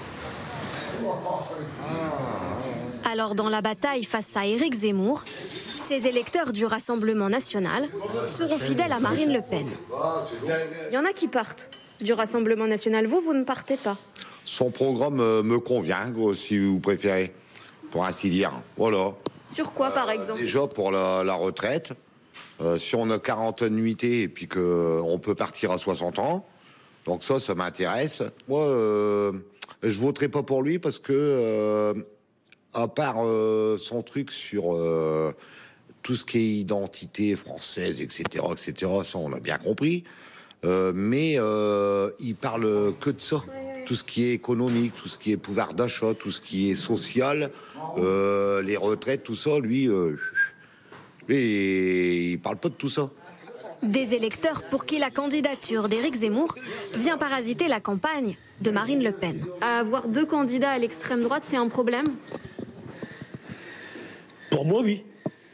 Alors, dans la bataille face à Éric Zemmour, ces électeurs du Rassemblement national seront fidèles à Marine Le Pen. Il y en a qui partent du Rassemblement national. Vous ne partez pas. Son programme me convient, si vous préférez, pour ainsi dire. Voilà. Sur quoi, par exemple ? Déjà, pour la retraite. Si on a 40 annuités et puis qu'on peut partir à 60 ans, donc ça m'intéresse. Moi, je voterai pas pour lui parce que, à part son truc sur tout ce qui est identité française, etc., ça on a bien compris. Mais il parle que de ça. Tout ce qui est économique, tout ce qui est pouvoir d'achat, tout ce qui est social, les retraites, tout ça, lui, il parle pas de tout ça. Des électeurs pour qui la candidature d'Éric Zemmour vient parasiter la campagne de Marine Le Pen. Avoir deux candidats à l'extrême droite, c'est un problème ? Pour moi, oui.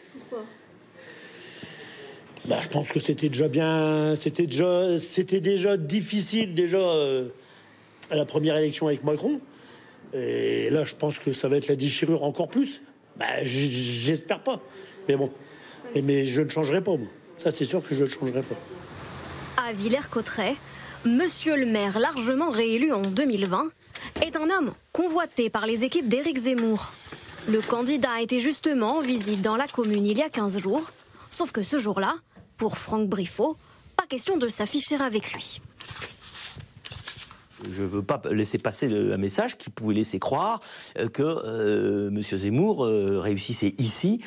Je pense que c'était déjà bien, c'était déjà difficile à la première élection avec Macron. Et là, je pense que ça va être la déchirure encore plus. J'espère pas. Mais bon, mais je ne changerai pas, moi. Ça, c'est sûr que je ne changerai pas. À Villers-Cotterêts, Monsieur le maire, largement réélu en 2020, est un homme convoité par les équipes d'Éric Zemmour. Le candidat était justement en visite dans la commune il y a 15 jours. Sauf que ce jour-là, pour Franck Briffaut, pas question de s'afficher avec lui. Je ne veux pas laisser passer un message qui pouvait laisser croire que M. Zemmour réussissait ici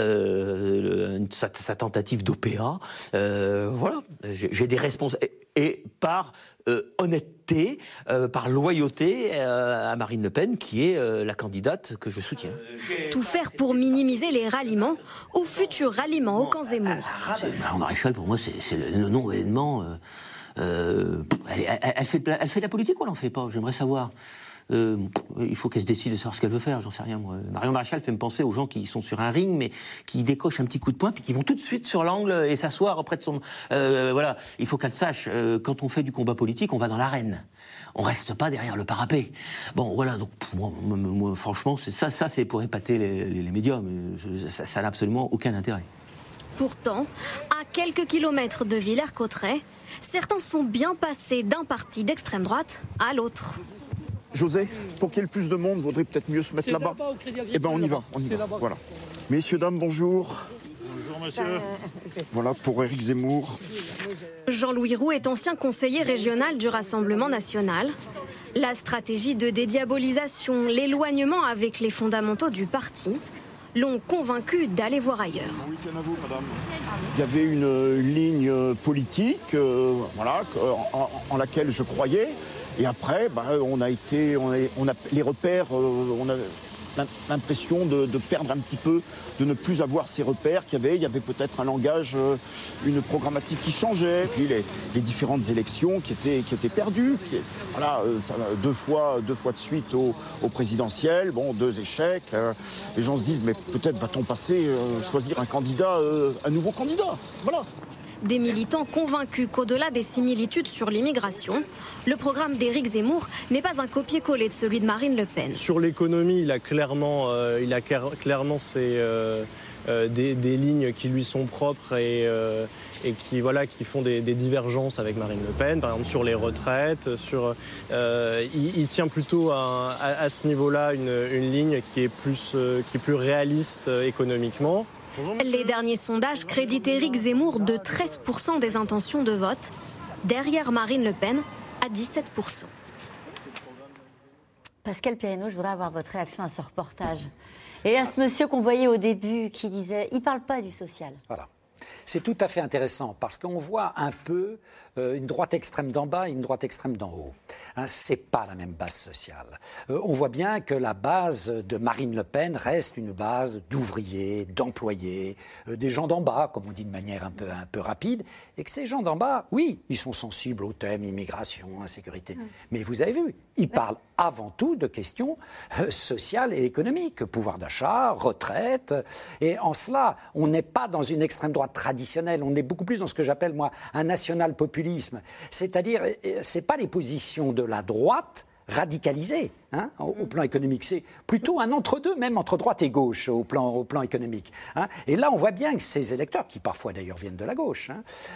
sa tentative d'OPA. Voilà, j'ai des responsabilités. Et par honnêteté, par loyauté à Marine Le Pen, qui est la candidate que je soutiens. Tout faire pour minimiser les ralliements ou futurs ralliements au camp Zemmour. Marion Maréchal, pour moi, c'est le non-événement. Elle fait de la politique ou elle n'en fait pas? J'aimerais savoir. Il faut qu'elle se décide de savoir ce qu'elle veut faire, j'en sais rien moi. Marion Maréchal fait me penser aux gens qui sont sur un ring mais qui décochent un petit coup de poing puis qui vont tout de suite sur l'angle et s'asseoir auprès de son... voilà, il faut qu'elle sache, quand on fait du combat politique, on va dans l'arène. On reste pas derrière le parapet. Bon, voilà, donc moi franchement, ça c'est pour épater les médias, mais ça n'a absolument aucun intérêt. Pourtant, à quelques kilomètres de Villers-Cotterêts, certains sont bien passés d'un parti d'extrême droite à l'autre. José, pour qu'il y ait le plus de monde, vaudrait peut-être mieux se mettre là-bas. Eh bien, on y va. Voilà. Messieurs, dames, bonjour. Bonjour, monsieur. Voilà, pour Éric Zemmour. Jean-Louis Roux est ancien conseiller régional du Rassemblement national. La stratégie de dédiabolisation, l'éloignement avec les fondamentaux du parti l'ont convaincu d'aller voir ailleurs. Il y avait une ligne politique en laquelle je croyais. Et après, on a les repères, on a l'impression de perdre un petit peu, de ne plus avoir ces repères qu'il y avait. Il y avait peut-être un langage, une programmatique qui changeait. Puis les différentes élections qui étaient perdues. Deux fois de suite au présidentiel. Bon, 2 échecs. Les gens se disent, mais peut-être va-t-on passer, choisir un nouveau candidat. Voilà. Des militants convaincus qu'au-delà des similitudes sur l'immigration, le programme d'Éric Zemmour n'est pas un copier-coller de celui de Marine Le Pen. Sur l'économie, il a clairement des lignes qui lui sont propres et qui font des divergences avec Marine Le Pen, par exemple sur les retraites. Il tient plutôt à ce niveau-là une ligne qui est plus réaliste économiquement. Les derniers sondages créditent Éric Zemmour de 13% des intentions de vote, derrière Marine Le Pen à 17%. Pascal Perrineau, je voudrais avoir votre réaction à ce reportage. Et à ce monsieur qu'on voyait au début qui disait « il ne parle pas du social ». Voilà. C'est tout à fait intéressant parce qu'on voit un peu une droite extrême d'en bas et une droite extrême d'en haut. Ce n'est pas la même base sociale. On voit bien que la base de Marine Le Pen reste une base d'ouvriers, d'employés, des gens d'en bas, comme on dit de manière un peu rapide, et que ces gens d'en bas, oui, ils sont sensibles au thème immigration, insécurité. Mais vous avez vu, ils parlent avant tout de questions sociales et économiques, pouvoir d'achat, retraite. Et en cela, on n'est pas dans une extrême droite traditionnelle, on est beaucoup plus dans ce que j'appelle, moi, un national-populisme. C'est-à-dire, ce n'est pas les positions de la droite radicalisée au plan économique. C'est plutôt un entre-deux, même entre droite et gauche au plan économique. Et là, on voit bien que ces électeurs, qui parfois d'ailleurs viennent de la gauche,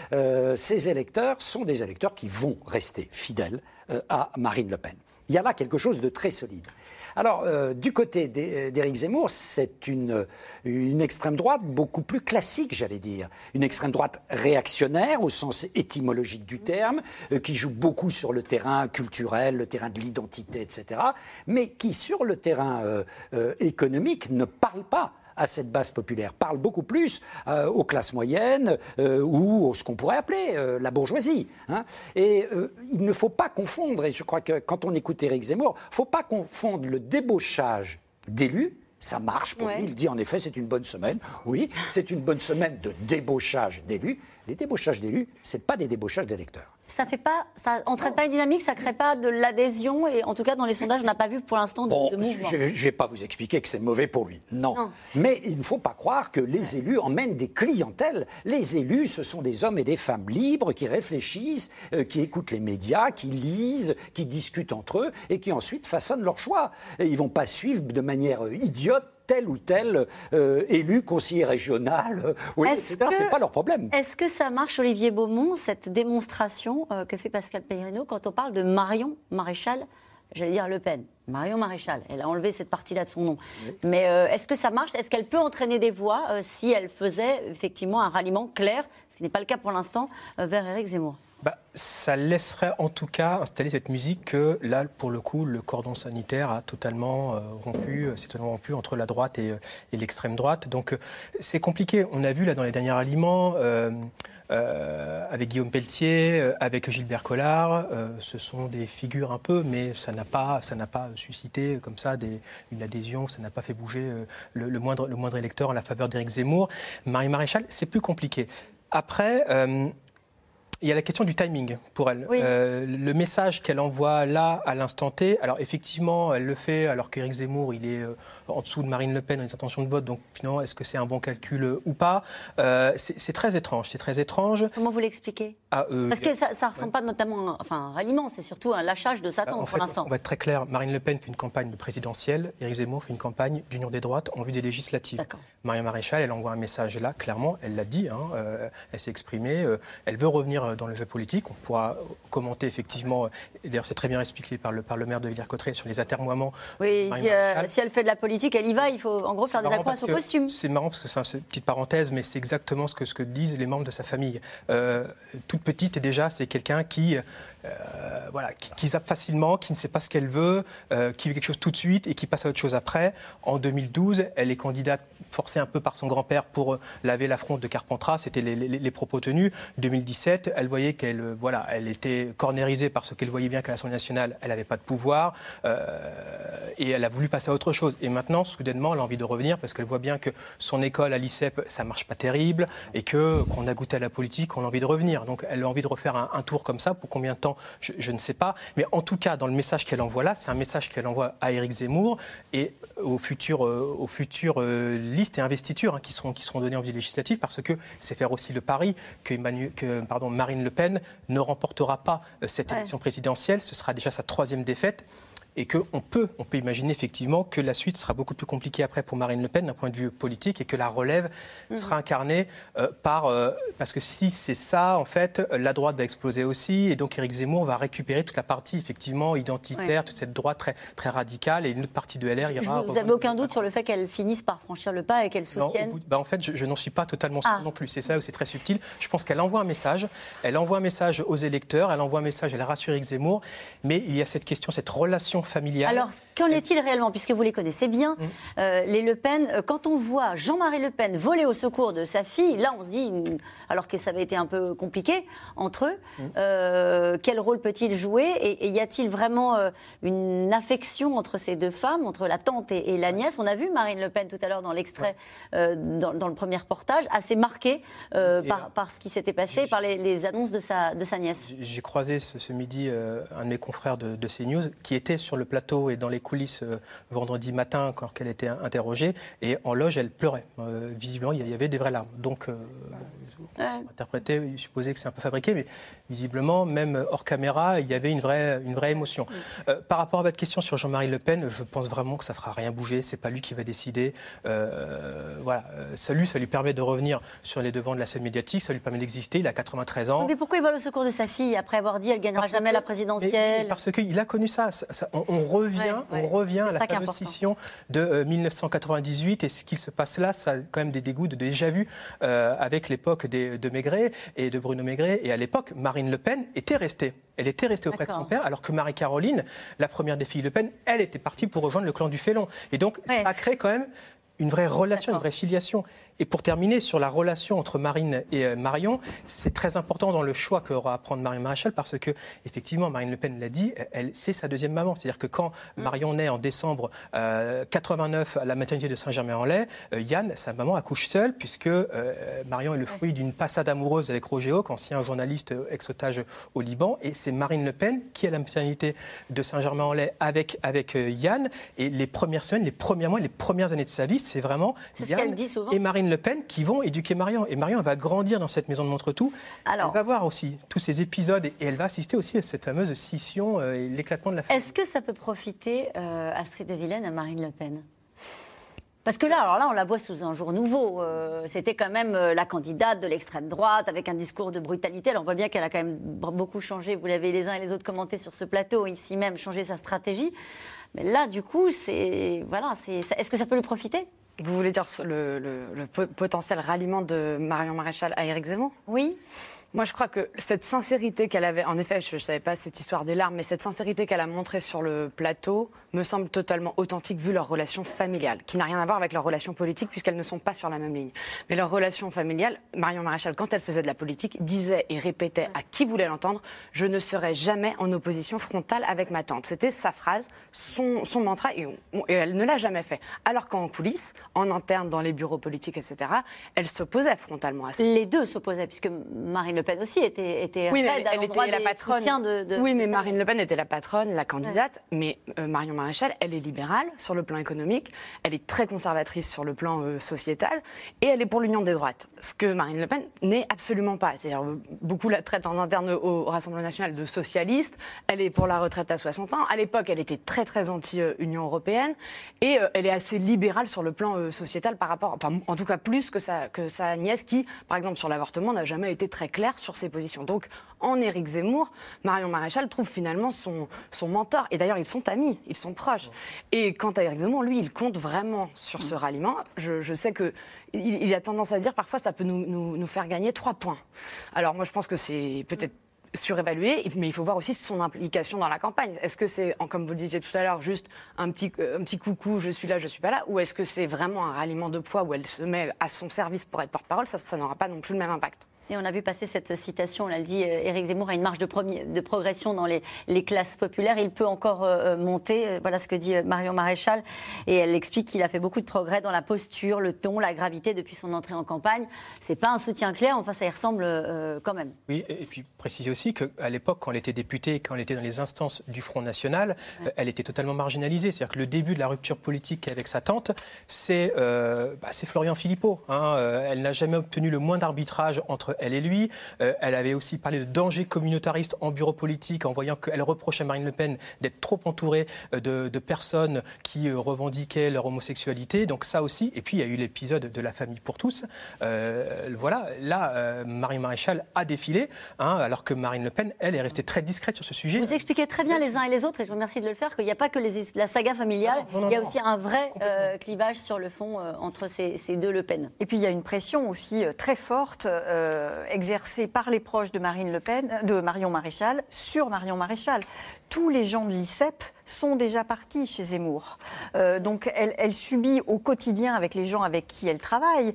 ces électeurs sont des électeurs qui vont rester fidèles à Marine Le Pen. Il y a là quelque chose de très solide. Alors, du côté d'Éric Zemmour, c'est une extrême droite beaucoup plus classique, j'allais dire. Une extrême droite réactionnaire, au sens étymologique du terme, qui joue beaucoup sur le terrain culturel, le terrain de l'identité, etc., mais qui, sur le terrain économique, ne parle pas à cette base populaire, parle beaucoup plus aux classes moyennes ou ce qu'on pourrait appeler la bourgeoisie. Et il ne faut pas confondre, et je crois que quand on écoute Éric Zemmour, il ne faut pas confondre le débauchage d'élus. Ça marche pour lui, il dit en effet c'est une bonne semaine. Oui, c'est une bonne semaine de débauchage d'élus. Les débauchages d'élus, ce n'est pas des débauchages d'électeurs. Ça entraîne pas une dynamique, ça ne crée pas de l'adhésion. Et en tout cas, dans les sondages, on n'a pas vu pour l'instant de mouvement. Je ne vais pas vous expliquer que c'est mauvais pour lui. Non. Mais il ne faut pas croire que les élus emmènent des clientèles. Les élus, ce sont des hommes et des femmes libres qui réfléchissent, qui écoutent les médias, qui lisent, qui discutent entre eux et qui ensuite façonnent leur choix. Et ils ne vont pas suivre de manière idiote tel ou tel élu, conseiller régional, etc. Ce n'est pas leur problème. Est-ce que ça marche, Olivier Beaumont, cette démonstration que fait Pascal Perrineau quand on parle de Marion Maréchal, j'allais dire Le Pen, Marion Maréchal, elle a enlevé cette partie-là de son nom. Oui. Mais est-ce que ça marche? Est-ce qu'elle peut entraîner des voix si elle faisait effectivement un ralliement clair, ce qui n'est pas le cas pour l'instant, vers Éric Zemmour? Ça laisserait en tout cas installer cette musique que là, pour le coup, le cordon sanitaire a totalement s'est totalement rompu entre la droite et l'extrême droite. Donc c'est compliqué. On a vu là dans les derniers ralliements avec Guillaume Pelletier, avec Gilbert Collard, ce sont des figures un peu, mais ça n'a pas suscité comme ça une adhésion, ça n'a pas fait bouger le moindre électeur en la faveur d'Éric Zemmour. Marie Maréchal, c'est plus compliqué. Après, il y a la question du timing pour elle. Oui. Le message qu'elle envoie là, à l'instant T, alors effectivement, elle le fait alors qu'Éric Zemmour, il est en dessous de Marine Le Pen dans les intentions de vote, donc finalement, est-ce que c'est un bon calcul ou pas? C'est très étrange, Comment vous l'expliquez? Parce que ça ne ressemble pas notamment à un ralliement, c'est surtout un lâchage de Satan pour l'instant. On va être très clair, Marine Le Pen fait une campagne présidentielle, Éric Zemmour fait une campagne d'union des droites en vue des législatives. Marion Maréchal, elle envoie un message là, clairement, elle l'a dit, elle s'est exprimée, elle veut revenir revenir dans le jeu politique. On pourra commenter effectivement, d'ailleurs c'est très bien expliqué par le maire de Villers-Cotterêts sur les atermoiements. Oui, si elle fait de la politique, elle y va, il faut en gros faire des acrobaties au costume. C'est marrant parce que c'est une petite parenthèse, mais c'est exactement ce que disent les membres de sa famille. Toute petite, et déjà, c'est quelqu'un qui zappe facilement, qui ne sait pas ce qu'elle veut, qui veut quelque chose tout de suite et qui passe à autre chose après. En 2012, elle est candidate forcée un peu par son grand-père pour laver la fronte de Carpentras, c'était les propos tenus. 2017, elle voyait qu'elle elle était cornérisée parce qu'elle voyait bien qu'à l'Assemblée nationale, elle n'avait pas de pouvoir et elle a voulu passer à autre chose. Et maintenant, soudainement, elle a envie de revenir parce qu'elle voit bien que son école à l'ICEP, ça ne marche pas terrible et qu'on a goûté à la politique, qu'on a envie de revenir. Donc elle a envie de refaire un tour comme ça. Pour combien de temps, je ne sais pas. Mais en tout cas, dans le message qu'elle envoie là, c'est un message qu'elle envoie à Éric Zemmour et aux futures listes et investitures qui seront données en vie législative, parce que c'est faire aussi le pari que Marine Le Pen ne remportera pas cette élection présidentielle. Ce sera déjà sa 3e défaite. Et qu'on peut imaginer effectivement que la suite sera beaucoup plus compliquée après pour Marine Le Pen d'un point de vue politique et que la relève sera incarnée parce que si c'est ça, en fait, la droite va exploser aussi et donc Éric Zemmour va récupérer toute la partie effectivement identitaire, toute cette droite très, très radicale et une autre partie de LR ira... Vous n'avez aucun doute sur le fait qu'elle finisse par franchir le pas et qu'elle soutienne? En fait, je n'en suis pas totalement sûr non plus. C'est ça où c'est très subtil. Je pense qu'elle envoie un message. Elle envoie un message aux électeurs. Elle envoie un message, elle rassure Éric Zemmour. Mais il y a cette question, cette relation familiale. Alors, qu'en est-il réellement, puisque vous les connaissez bien, les Le Pen, quand on voit Jean-Marie Le Pen voler au secours de sa fille, là on se dit, alors que ça avait été un peu compliqué entre eux, quel rôle peut-il jouer et y a-t-il vraiment une affection entre ces deux femmes, entre la tante et la nièce? On a vu Marine Le Pen tout à l'heure dans l'extrait, dans le premier reportage, assez marquée par ce qui s'était passé, par les annonces de sa nièce. J'ai croisé ce midi un de mes confrères de CNews qui était sur le plateau et dans les coulisses vendredi matin quand elle était interrogée, et en loge elle pleurait. Visiblement il y avait des vraies larmes. Donc interpréter, supposer que c'est un peu fabriqué, mais visiblement même hors caméra il y avait une vraie émotion. Par rapport à votre question sur Jean-Marie Le Pen, je pense vraiment que ça fera rien bouger, c'est pas lui qui va décider. Ça lui permet de revenir sur les devants de la scène médiatique, ça lui permet d'exister, il a 93 ans. Mais pourquoi il va au secours de sa fille après avoir dit elle gagnera jamais la présidentielle? Parce qu'il a connu ça. On revient à la fameuse scission de 1998 et ce qu'il se passe là, ça a quand même des dégoûts de déjà vu avec l'époque de Maigret et de Bruno Maigret. Et à l'époque, Marine Le Pen était restée. Elle était restée auprès de son père, alors que Marie-Caroline, la première des filles Le Pen, elle était partie pour rejoindre le clan du Félon. Et donc, ça a créé quand même une vraie relation, une vraie filiation. Et pour terminer sur la relation entre Marine et Marion, c'est très important dans le choix qu'aura à prendre Marion Maréchal parce que, effectivement, Marine Le Pen l'a dit, c'est sa deuxième maman. C'est-à-dire que quand Marion naît en décembre 89 à la maternité de Saint-Germain-en-Laye, Yann, sa maman, accouche seule puisque Marion est le fruit d'une passade amoureuse avec Roger Hawk, ancien journaliste ex-otage au Liban. Et c'est Marine Le Pen qui est à la maternité de Saint-Germain-en-Laye avec Yann. Et les premières semaines, les premiers mois, les premières années de sa vie, c'est vraiment Yann et Marine Le Pen qui vont éduquer Marion. Et Marion va grandir dans cette maison de Montretout. Elle va voir aussi tous ces épisodes et elle va assister aussi à cette fameuse scission et l'éclatement de la famille. Est-ce que ça peut profiter, Astrid de Villaine, à Marine Le Pen? Parce que là, on la voit sous un jour nouveau. C'était quand même la candidate de l'extrême droite avec un discours de brutalité. Alors on voit bien qu'elle a quand même beaucoup changé. Vous l'avez les uns et les autres commenté sur ce plateau, ici même, changé sa stratégie. Mais là, du coup, est-ce que ça peut lui profiter? Vous voulez dire le potentiel ralliement de Marion Maréchal à Éric Zemmour? Oui. Moi, je crois que cette sincérité qu'elle avait, en effet, je ne savais pas cette histoire des larmes, mais cette sincérité qu'elle a montrée sur le plateau me semble totalement authentique vu leur relation familiale, qui n'a rien à voir avec leur relation politique puisqu'elles ne sont pas sur la même ligne. Mais leur relation familiale, Marion Maréchal, quand elle faisait de la politique, disait et répétait à qui voulait l'entendre « Je ne serai jamais en opposition frontale avec ma tante ». C'était sa phrase, son mantra, et elle ne l'a jamais fait. Alors qu'en coulisses, en interne, dans les bureaux politiques, etc., elle s'opposait frontalement à ça. Les deux s'opposaient, puisque Marine Le Pen aussi était oui, mais elle était la patronne. Oui, mais Marine Le Pen était la patronne, la candidate, mais Marion Maréchal, elle est libérale sur le plan économique, elle est très conservatrice sur le plan sociétal, et elle est pour l'union des droites. Ce que Marine Le Pen n'est absolument pas. C'est-à-dire, beaucoup la traitent en interne au Rassemblement national de socialiste, elle est pour la retraite à 60 ans. À l'époque, elle était très, très anti-Union européenne, et elle est assez libérale sur le plan sociétal par rapport, enfin, en tout cas plus que sa nièce qui, par exemple, sur l'avortement, n'a jamais été très claire clair sur ses positions. Donc, en Éric Zemmour, Marion Maréchal trouve finalement son mentor. Et d'ailleurs, ils sont amis, ils sont proches. Et quant à Éric Zemmour, lui, il compte vraiment sur ce ralliement. Je sais qu'il a tendance à dire parfois ça peut nous faire gagner 3 points. Alors moi, je pense que c'est peut-être surévalué, mais il faut voir aussi son implication dans la campagne. Est-ce que c'est, comme vous le disiez tout à l'heure, juste un petit coucou, je suis là, je suis pas là, ou est-ce que c'est vraiment un ralliement de poids où elle se met à son service pour être porte-parole? Ça n'aura pas non plus le même impact. Et on a vu passer cette citation, on l'a dit, Éric Zemmour a une marge de progression dans les classes populaires. Il peut encore monter, voilà ce que dit Marion Maréchal. Et elle explique qu'il a fait beaucoup de progrès dans la posture, le ton, la gravité depuis son entrée en campagne. C'est pas un soutien clair, enfin ça y ressemble quand même. Oui, et puis préciser aussi qu'à l'époque, quand elle était députée, quand elle était dans les instances du Front National, elle était totalement marginalisée. C'est-à-dire que le début de la rupture politique avec sa tante, c'est Florian Philippot. Elle n'a jamais obtenu le moins d'arbitrage entre elle et lui. Elle avait aussi parlé de danger communautariste en bureau politique en voyant qu'elle reprochait à Marine Le Pen d'être trop entourée de personnes qui revendiquaient leur homosexualité. Donc ça aussi. Et puis il y a eu l'épisode de la famille pour tous. Voilà, là, Marion Maréchal a défilé, alors que Marine Le Pen, elle, est restée très discrète sur ce sujet. Vous expliquez très bien les uns et les autres, et je vous remercie de le faire, qu'il n'y a pas que la saga familiale, il y a aussi un vrai clivage sur le fond entre ces deux Le Pen. Et puis il y a une pression aussi très forte exercée par les proches de Marion Maréchal sur Marion Maréchal. Tous les gens de l'ICEP sont déjà partis chez Zemmour. Donc elle subit au quotidien avec les gens avec qui elle travaille,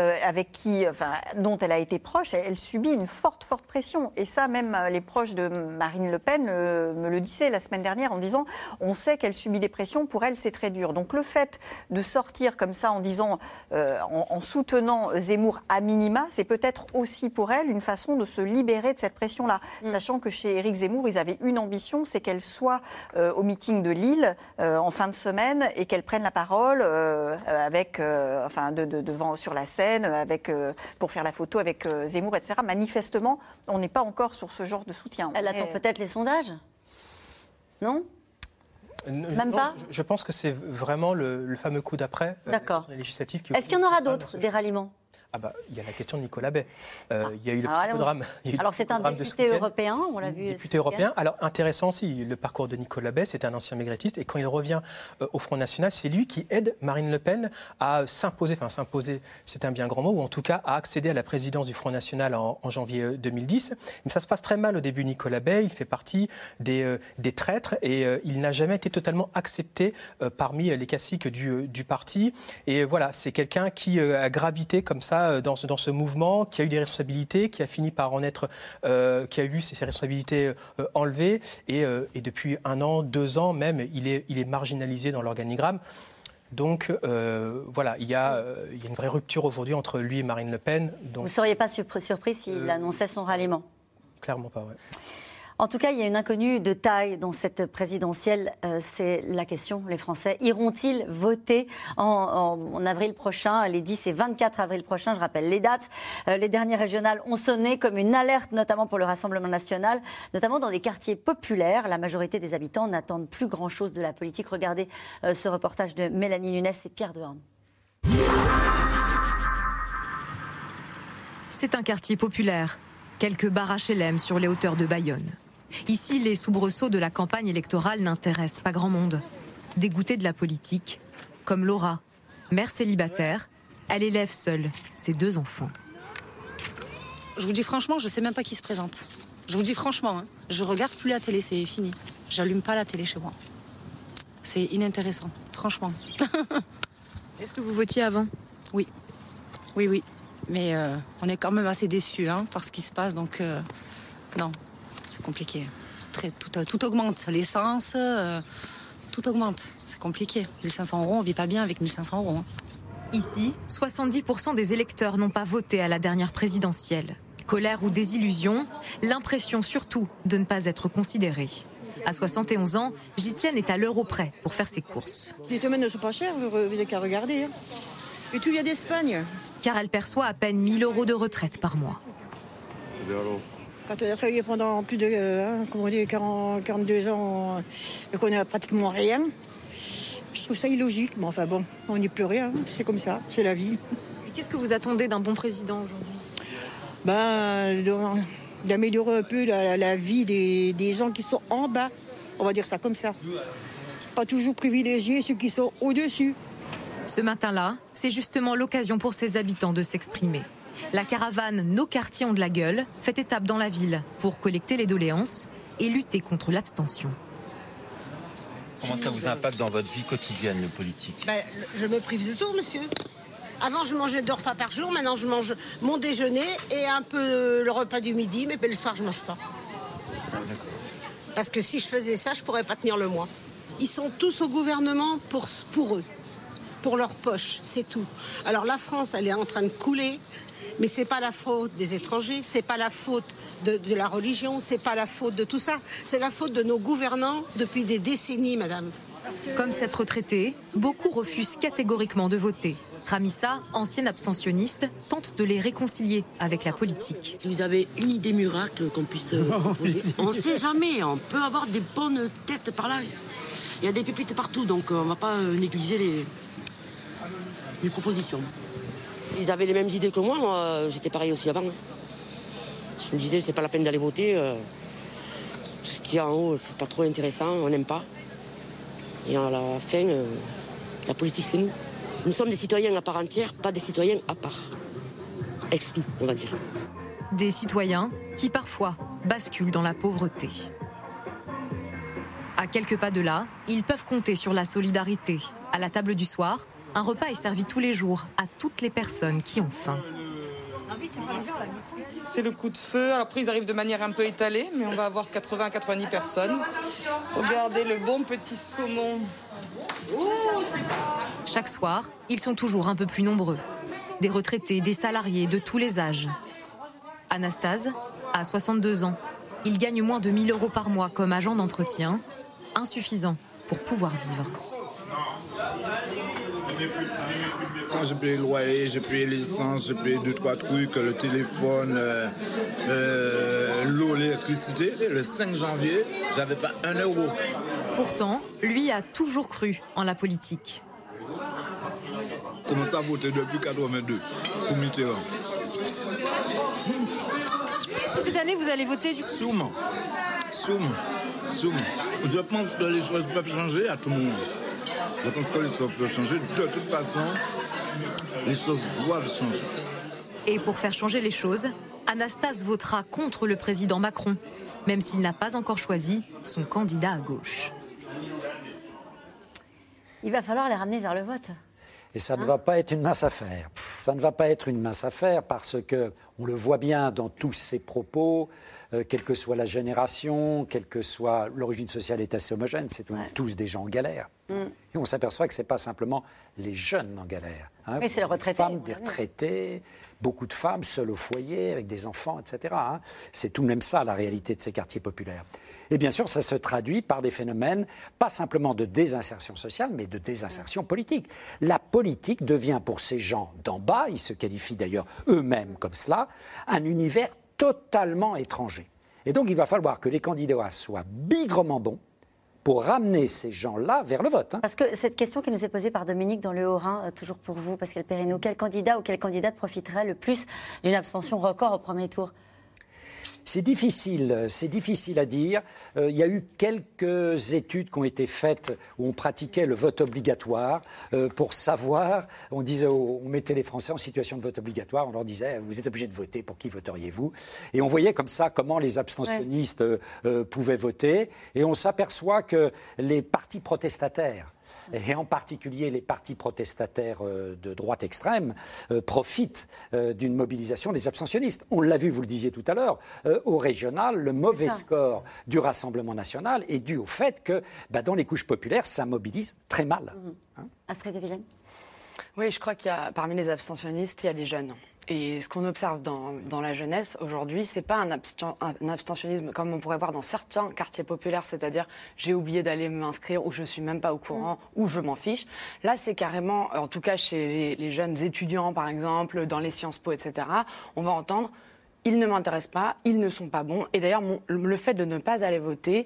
dont elle a été proche, elle subit une forte pression. Et ça, même les proches de Marine Le Pen me le disaient la semaine dernière en disant on sait qu'elle subit des pressions, pour elle c'est très dur. Donc le fait de sortir comme ça en disant, en soutenant Zemmour à minima, c'est peut-être aussi pour elle une façon de se libérer de cette pression-là. Sachant que chez Éric Zemmour, ils avaient une ambition, c'est qu'elle soit au meeting de Lille en fin de semaine et qu'elle prenne la parole devant sur la scène pour faire la photo avec Zemmour, etc. Manifestement, on n'est pas encore sur ce genre de soutien. Elle attend peut-être les sondages, non? Même pas. Je pense que c'est vraiment le fameux coup d'après. D'accord. Législatif. Est-ce qu'il y en aura d'autres, des ralliements? Il y a la question de Nicolas Bay. Il y a eu le psychodrame. Alors c'est un député européen, on l'a vu. Député européen. Alors intéressant aussi, le parcours de Nicolas Bay, c'était un ancien maigretiste, et quand il revient au Front National, c'est lui qui aide Marine Le Pen à s'imposer, c'est un bien grand mot, ou en tout cas à accéder à la présidence du Front National en janvier 2010. Mais ça se passe très mal au début, Nicolas Bay, il fait partie des traîtres, et il n'a jamais été totalement accepté parmi les caciques du parti. Et voilà, c'est quelqu'un qui a gravité comme ça dans ce mouvement, qui a eu des responsabilités, qui a fini par en être, qui a vu ses responsabilités enlevées, et depuis 1 an, 2 ans même, il est marginalisé dans l'organigramme. Donc voilà, il y a une vraie rupture aujourd'hui entre lui et Marine Le Pen. Donc, vous ne seriez pas surpris s'il annonçait son ralliement? Clairement pas, oui. En tout cas, il y a une inconnue de taille dans cette présidentielle. C'est la question. Les Français iront-ils voter en avril prochain, les 10 et 24 avril prochains? Je rappelle les dates. Les dernières régionales ont sonné comme une alerte, notamment pour le Rassemblement national, notamment dans des quartiers populaires. La majorité des habitants n'attendent plus grand-chose de la politique. Regardez ce reportage de Mélanie Nunes et Pierre Dehorne. C'est un quartier populaire. Quelques bars HLM sur les hauteurs de Bayonne. Ici, les soubresauts de la campagne électorale n'intéressent pas grand monde. Dégoûtée de la politique, comme Laura, mère célibataire, elle élève seule ses 2 enfants. Je vous dis franchement, je sais même pas qui se présente. Je vous dis franchement, je regarde plus la télé, c'est fini. J'allume pas la télé chez moi. C'est inintéressant, franchement. Est-ce que vous votiez avant? Oui. Oui. Mais on est quand même assez déçus par ce qui se passe, donc non, c'est compliqué. Tout augmente, l'essence, tout augmente, c'est compliqué. 1 500 €, on vit pas bien avec 1 500 €. Ici, 70% des électeurs n'ont pas voté à la dernière présidentielle. Colère ou désillusion, l'impression surtout de ne pas être considérée. À 71 ans, Ghislaine est à l'euro près pour faire ses courses. Les tomates ne sont pas chères, vous n'avez qu'à regarder. Et tout vient d'Espagne. Car elle perçoit à peine 1 000 € de retraite par mois. Quand on a travaillé pendant plus de 42 ans et qu'on n'a pratiquement rien, je trouve ça illogique. Mais enfin bon, on n'y peut rien, c'est comme ça, c'est la vie. Et qu'est-ce que vous attendez d'un bon président aujourd'hui? d'améliorer un peu la vie des gens qui sont en bas. On va dire ça comme ça. Pas toujours privilégier ceux qui sont au-dessus. Ce matin-là, c'est justement l'occasion pour ses habitants de s'exprimer. La caravane Nos quartiers ont de la gueule fait étape dans la ville pour collecter les doléances et lutter contre l'abstention. Comment ça vous impacte dans votre vie quotidienne, le politique? Je me prive de tout, monsieur. Avant, je mangeais 2 repas par jour. Maintenant, je mange mon déjeuner et un peu le repas du midi. Mais le soir, je ne mange pas. C'est ça. Parce que si je faisais ça, je ne pourrais pas tenir le mois. Ils sont tous au gouvernement pour eux, pour leur poche, c'est tout. Alors la France, elle est en train de couler. Mais c'est pas la faute des étrangers, c'est pas la faute de la religion, c'est pas la faute de tout ça. C'est la faute de nos gouvernants depuis des décennies, madame. Comme cette retraitée, beaucoup refusent catégoriquement de voter. Ramissa, ancienne abstentionniste, tente de les réconcilier avec la politique. Si vous avez une idée miracle qu'on puisse proposer, on ne sait jamais, on peut avoir des bonnes têtes par là. Il y a des pépites partout, donc on ne va pas négliger les propositions. Ils avaient les mêmes idées que moi j'étais pareil aussi avant. Je me disais, c'est pas la peine d'aller voter. Tout ce qu'il y a en haut, c'est pas trop intéressant, on n'aime pas. Et à la fin, la politique, c'est nous. Nous sommes des citoyens à part entière, pas des citoyens à part. Exclus, on va dire. Des citoyens qui, parfois, basculent dans la pauvreté. À quelques pas de là, ils peuvent compter sur la solidarité. À la table du soir, un repas est servi tous les jours à toutes les personnes qui ont faim. C'est le coup de feu. Après, ils arrivent de manière un peu étalée, mais on va avoir 80 à 90 personnes. Regardez le bon petit saumon. Chaque soir, ils sont toujours un peu plus nombreux. Des retraités, des salariés de tous les âges. Anastase a 62 ans. Il gagne moins de 1 000 € par mois comme agent d'entretien, insuffisant pour pouvoir vivre. Quand j'ai payé le loyer, j'ai payé l'essence, j'ai payé 2-3 trucs, le téléphone, l'eau, l'électricité. Le 5 janvier, j'avais pas 1 euro. Pourtant, lui a toujours cru en la politique. Commencé à voter depuis 82 pour Mitterrand. Est-ce que cette année, vous allez voter du coup? Sûrement. Je pense que les choses peuvent changer à tout moment. Je pense que les choses peuvent changer. De toute façon, les choses doivent changer. Et pour faire changer les choses, Anastase votera contre le président Macron, même s'il n'a pas encore choisi son candidat à gauche. Il va falloir les ramener vers le vote. Et ça ne va pas être une mince affaire. Ça ne va pas être une mince affaire parce que on le voit bien dans tous ses propos, quelle que soit la génération, quelle que soit l'origine sociale est assez homogène, c'est tous des gens en galère. Et on s'aperçoit que ce n'est pas simplement les jeunes en galère. Oui, c'est les retraités. Femmes, des retraités, beaucoup de femmes seules au foyer, avec des enfants, etc. C'est tout de même ça la réalité de ces quartiers populaires. Et bien sûr, ça se traduit par des phénomènes, pas simplement de désinsertion sociale, mais de désinsertion politique. La politique devient pour ces gens d'en bas, ils se qualifient d'ailleurs eux-mêmes comme cela, un univers totalement étranger. Et donc il va falloir que les candidats soient bigrement bons pour ramener ces gens-là vers le vote. Parce que cette question qui nous est posée par Dominique dans le Haut-Rhin, toujours pour vous, Pascal Perrineau, quel candidat ou quelle candidate profiterait le plus d'une abstention record au premier tour ? C'est difficile à dire. Il y a eu quelques études qui ont été faites où on pratiquait le vote obligatoire pour savoir, on mettait les Français en situation de vote obligatoire, on leur disait vous êtes obligés de voter, pour qui voteriez-vous? Et on voyait comme ça comment les abstentionnistes pouvaient voter, et on s'aperçoit que les partis protestataires, et en particulier les partis protestataires de droite extrême, profitent d'une mobilisation des abstentionnistes. On l'a vu, vous le disiez tout à l'heure, au régional, le mauvais score du Rassemblement national est dû au fait que dans les couches populaires, ça mobilise très mal. Astrid de Villene. Oui, je crois qu'il y a, parmi les abstentionnistes, il y a les jeunes. Et ce qu'on observe dans la jeunesse aujourd'hui, c'est pas un abstentionnisme comme on pourrait voir dans certains quartiers populaires, c'est-à-dire j'ai oublié d'aller m'inscrire ou je suis même pas au courant ou je m'en fiche. Là, c'est carrément, en tout cas chez les jeunes étudiants par exemple, dans les Sciences Po, etc., on va entendre ils ne m'intéressent pas, ils ne sont pas bons. Et d'ailleurs, le fait de ne pas aller voter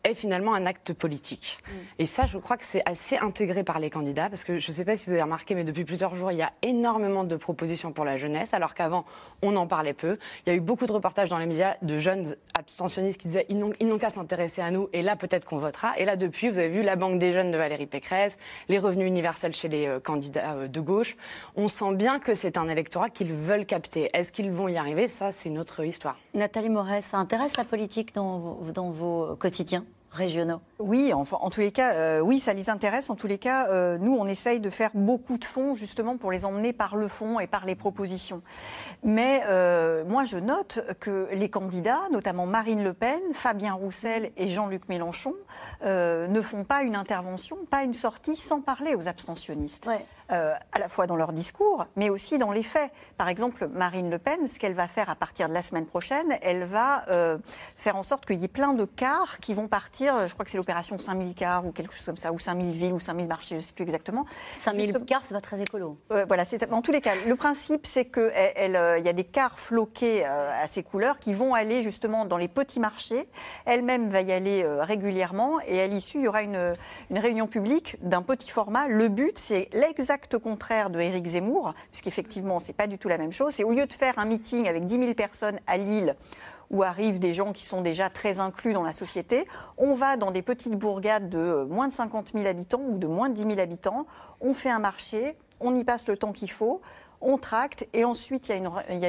est finalement un acte politique. Et ça, je crois que c'est assez intégré par les candidats, parce que je ne sais pas si vous avez remarqué, mais depuis plusieurs jours, il y a énormément de propositions pour la jeunesse, alors qu'avant, on en parlait peu. Il y a eu beaucoup de reportages dans les médias de jeunes abstentionnistes qui disaient ils n'ont qu'à s'intéresser à nous, et là, peut-être qu'on votera. Et là, depuis, vous avez vu la Banque des jeunes de Valérie Pécresse, les revenus universels chez les candidats de gauche. On sent bien que c'est un électorat qu'ils veulent capter. Est-ce qu'ils vont y arriver? Ça, c'est une autre histoire. Nathalie Moret, ça intéresse la politique dans vos quotidiens régionaux? Oui, enfin, en tous les cas, oui, ça les intéresse. En tous les cas, nous, on essaye de faire beaucoup de fonds, justement, pour les emmener par le fond et par les propositions. Mais moi, je note que les candidats, notamment Marine Le Pen, Fabien Roussel et Jean-Luc Mélenchon, ne font pas une intervention, pas une sortie sans parler aux abstentionnistes. Ouais. À la fois dans leur discours, mais aussi dans les faits. Par exemple, Marine Le Pen, ce qu'elle va faire à partir de la semaine prochaine, elle va faire en sorte qu'il y ait plein de cars qui vont partir, je crois que c'est l'opération 5000 cars ou quelque chose comme ça, ou 5000 villes ou 5000 marchés, je ne sais plus exactement. 5000 cars, c'est pas très écolo. Voilà, en tous les cas, le principe, c'est qu'il y a des cars floqués à ces couleurs qui vont aller justement dans les petits marchés. Elle-même va y aller régulièrement et à l'issue, il y aura une réunion publique d'un petit format. Le but, c'est l'exact contraire de Éric Zemmour, puisqu'effectivement, c'est pas du tout la même chose. C'est au lieu de faire un meeting avec 10 000 personnes à Lille, où arrivent des gens qui sont déjà très inclus dans la société, on va dans des petites bourgades de moins de 50 000 habitants ou de moins de 10 000 habitants, on fait un marché, on y passe le temps qu'il faut, on tracte et ensuite il y a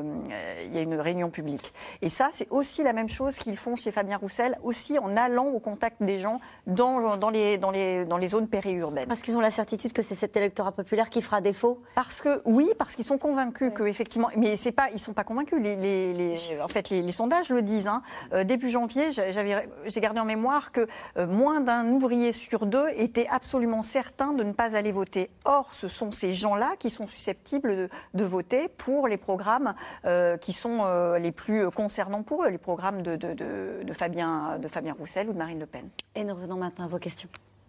une réunion publique. Et ça, c'est aussi la même chose qu'ils font chez Fabien Roussel, aussi en allant au contact des gens dans les zones périurbaines. Parce qu'ils ont la certitude que c'est cet électorat populaire qui fera défaut. Parce qu'ils sont convaincus que effectivement, mais ils sont pas convaincus. En fait, les sondages le disent. Début janvier, j'ai gardé en mémoire que moins d'un ouvrier sur deux était absolument certain de ne pas aller voter. Or, ce sont ces gens-là qui sont susceptibles de voter pour les programmes qui sont les plus concernants pour eux, les programmes de Fabien Roussel ou de Marine Le Pen. Et nous revenons maintenant à vos questions.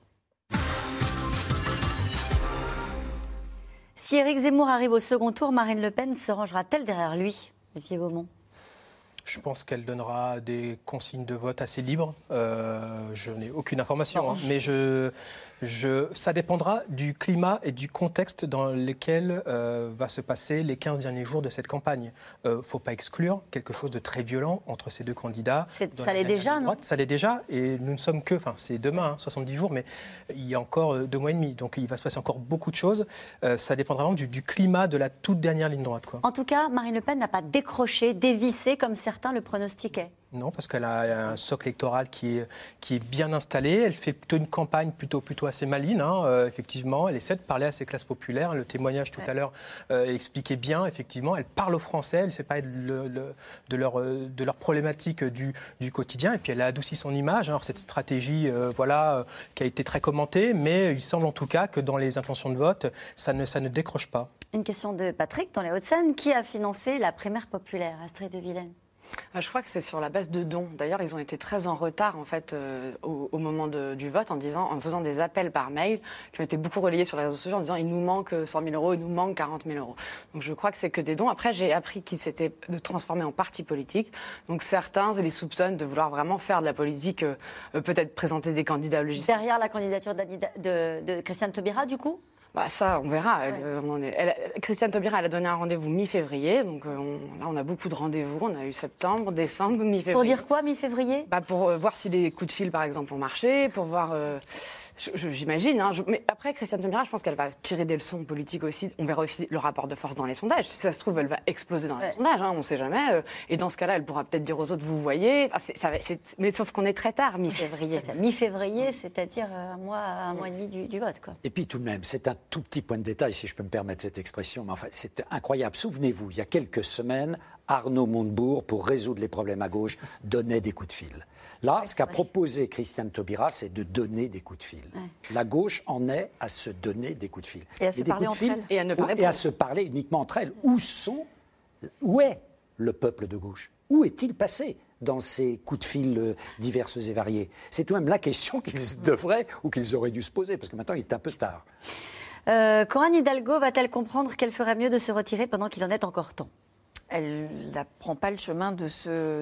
Si Éric Zemmour arrive au second tour, Marine Le Pen se rangera-t-elle derrière lui, Olivier Beaumont? Je pense qu'elle donnera des consignes de vote assez libres. Je n'ai aucune information, mais ça dépendra du climat et du contexte dans lequel va se passer les 15 derniers jours de cette campagne. Il ne faut pas exclure quelque chose de très violent entre ces deux candidats. Ça l'est déjà, non? Ça l'est déjà, et nous ne sommes que, c'est demain, 70 jours, mais il y a encore 2 mois et demi. Donc il va se passer encore beaucoup de choses. Ça dépendra vraiment du climat de la toute dernière ligne droite, quoi. En tout cas, Marine Le Pen n'a pas décroché, dévissé comme certains le pronostiquaient. Non, parce qu'elle a un socle électoral qui est bien installé. Elle fait plutôt une campagne plutôt assez maligne, effectivement. Elle essaie de parler à ses classes populaires. Le témoignage tout à l'heure expliquait bien, effectivement. Elle parle aux Français, elle ne sait pas de leur problématique du quotidien. Et puis elle a adouci son image. Alors cette stratégie qui a été très commentée, mais il semble en tout cas que dans les intentions de vote, ça ne décroche pas. Une question de Patrick, dans les Hauts-de-Seine. Qui a financé la primaire populaire, Astrid de Vilaine? Je crois que c'est sur la base de dons. D'ailleurs, ils ont été très en retard en fait au moment du vote en faisant des appels par mail qui ont été beaucoup relayés sur les réseaux sociaux en disant il nous manque 100 000 euros, il nous manque 40 000 euros. Donc je crois que c'est que des dons. Après, j'ai appris qu'ils s'étaient transformés en parti politique. Donc certains les soupçonnent de vouloir vraiment faire de la politique, peut-être présenter des candidats législatives. Derrière la candidature de Christiane Taubira, du coup? Ça, on verra. Christiane Taubira, elle a donné un rendez-vous mi-février. Donc là, on a beaucoup de rendez-vous. On a eu septembre, décembre, mi-février. Pour dire quoi, mi-février? Pour voir si les coups de fil, par exemple, ont marché, pour voir... J'imagine. Mais après, Christiane Taubira, je pense qu'elle va tirer des leçons politiques aussi. On verra aussi le rapport de force dans les sondages. Si ça se trouve, elle va exploser dans les sondages. On ne sait jamais. Et dans ce cas-là, elle pourra peut-être dire aux autres, vous voyez. Mais sauf qu'on est très tard, mi-février. Mi-février, c'est-à-dire un mois et demi du vote, quoi. Et puis tout de même, c'est un tout petit point de détail, si je peux me permettre cette expression. Mais enfin, c'est incroyable. Souvenez-vous, il y a quelques semaines, Arnaud Montebourg, pour résoudre les problèmes à gauche, donnait des coups de fil. Là, ce qu'a proposé Christiane Taubira, c'est de donner des coups de fil. La gauche en est à se donner des coups de fil. Et à se parler entre elles. Et à se parler uniquement entre elles. Où est le peuple de gauche? Où est-il passé dans ces coups de fil divers et variés? C'est tout de même la question qu'ils devraient ou qu'ils auraient dû se poser, parce que maintenant, il est un peu tard. Quand Anne Hidalgo va-t-elle comprendre qu'elle ferait mieux de se retirer pendant qu'il en est encore temps? elle ne prend pas le chemin de se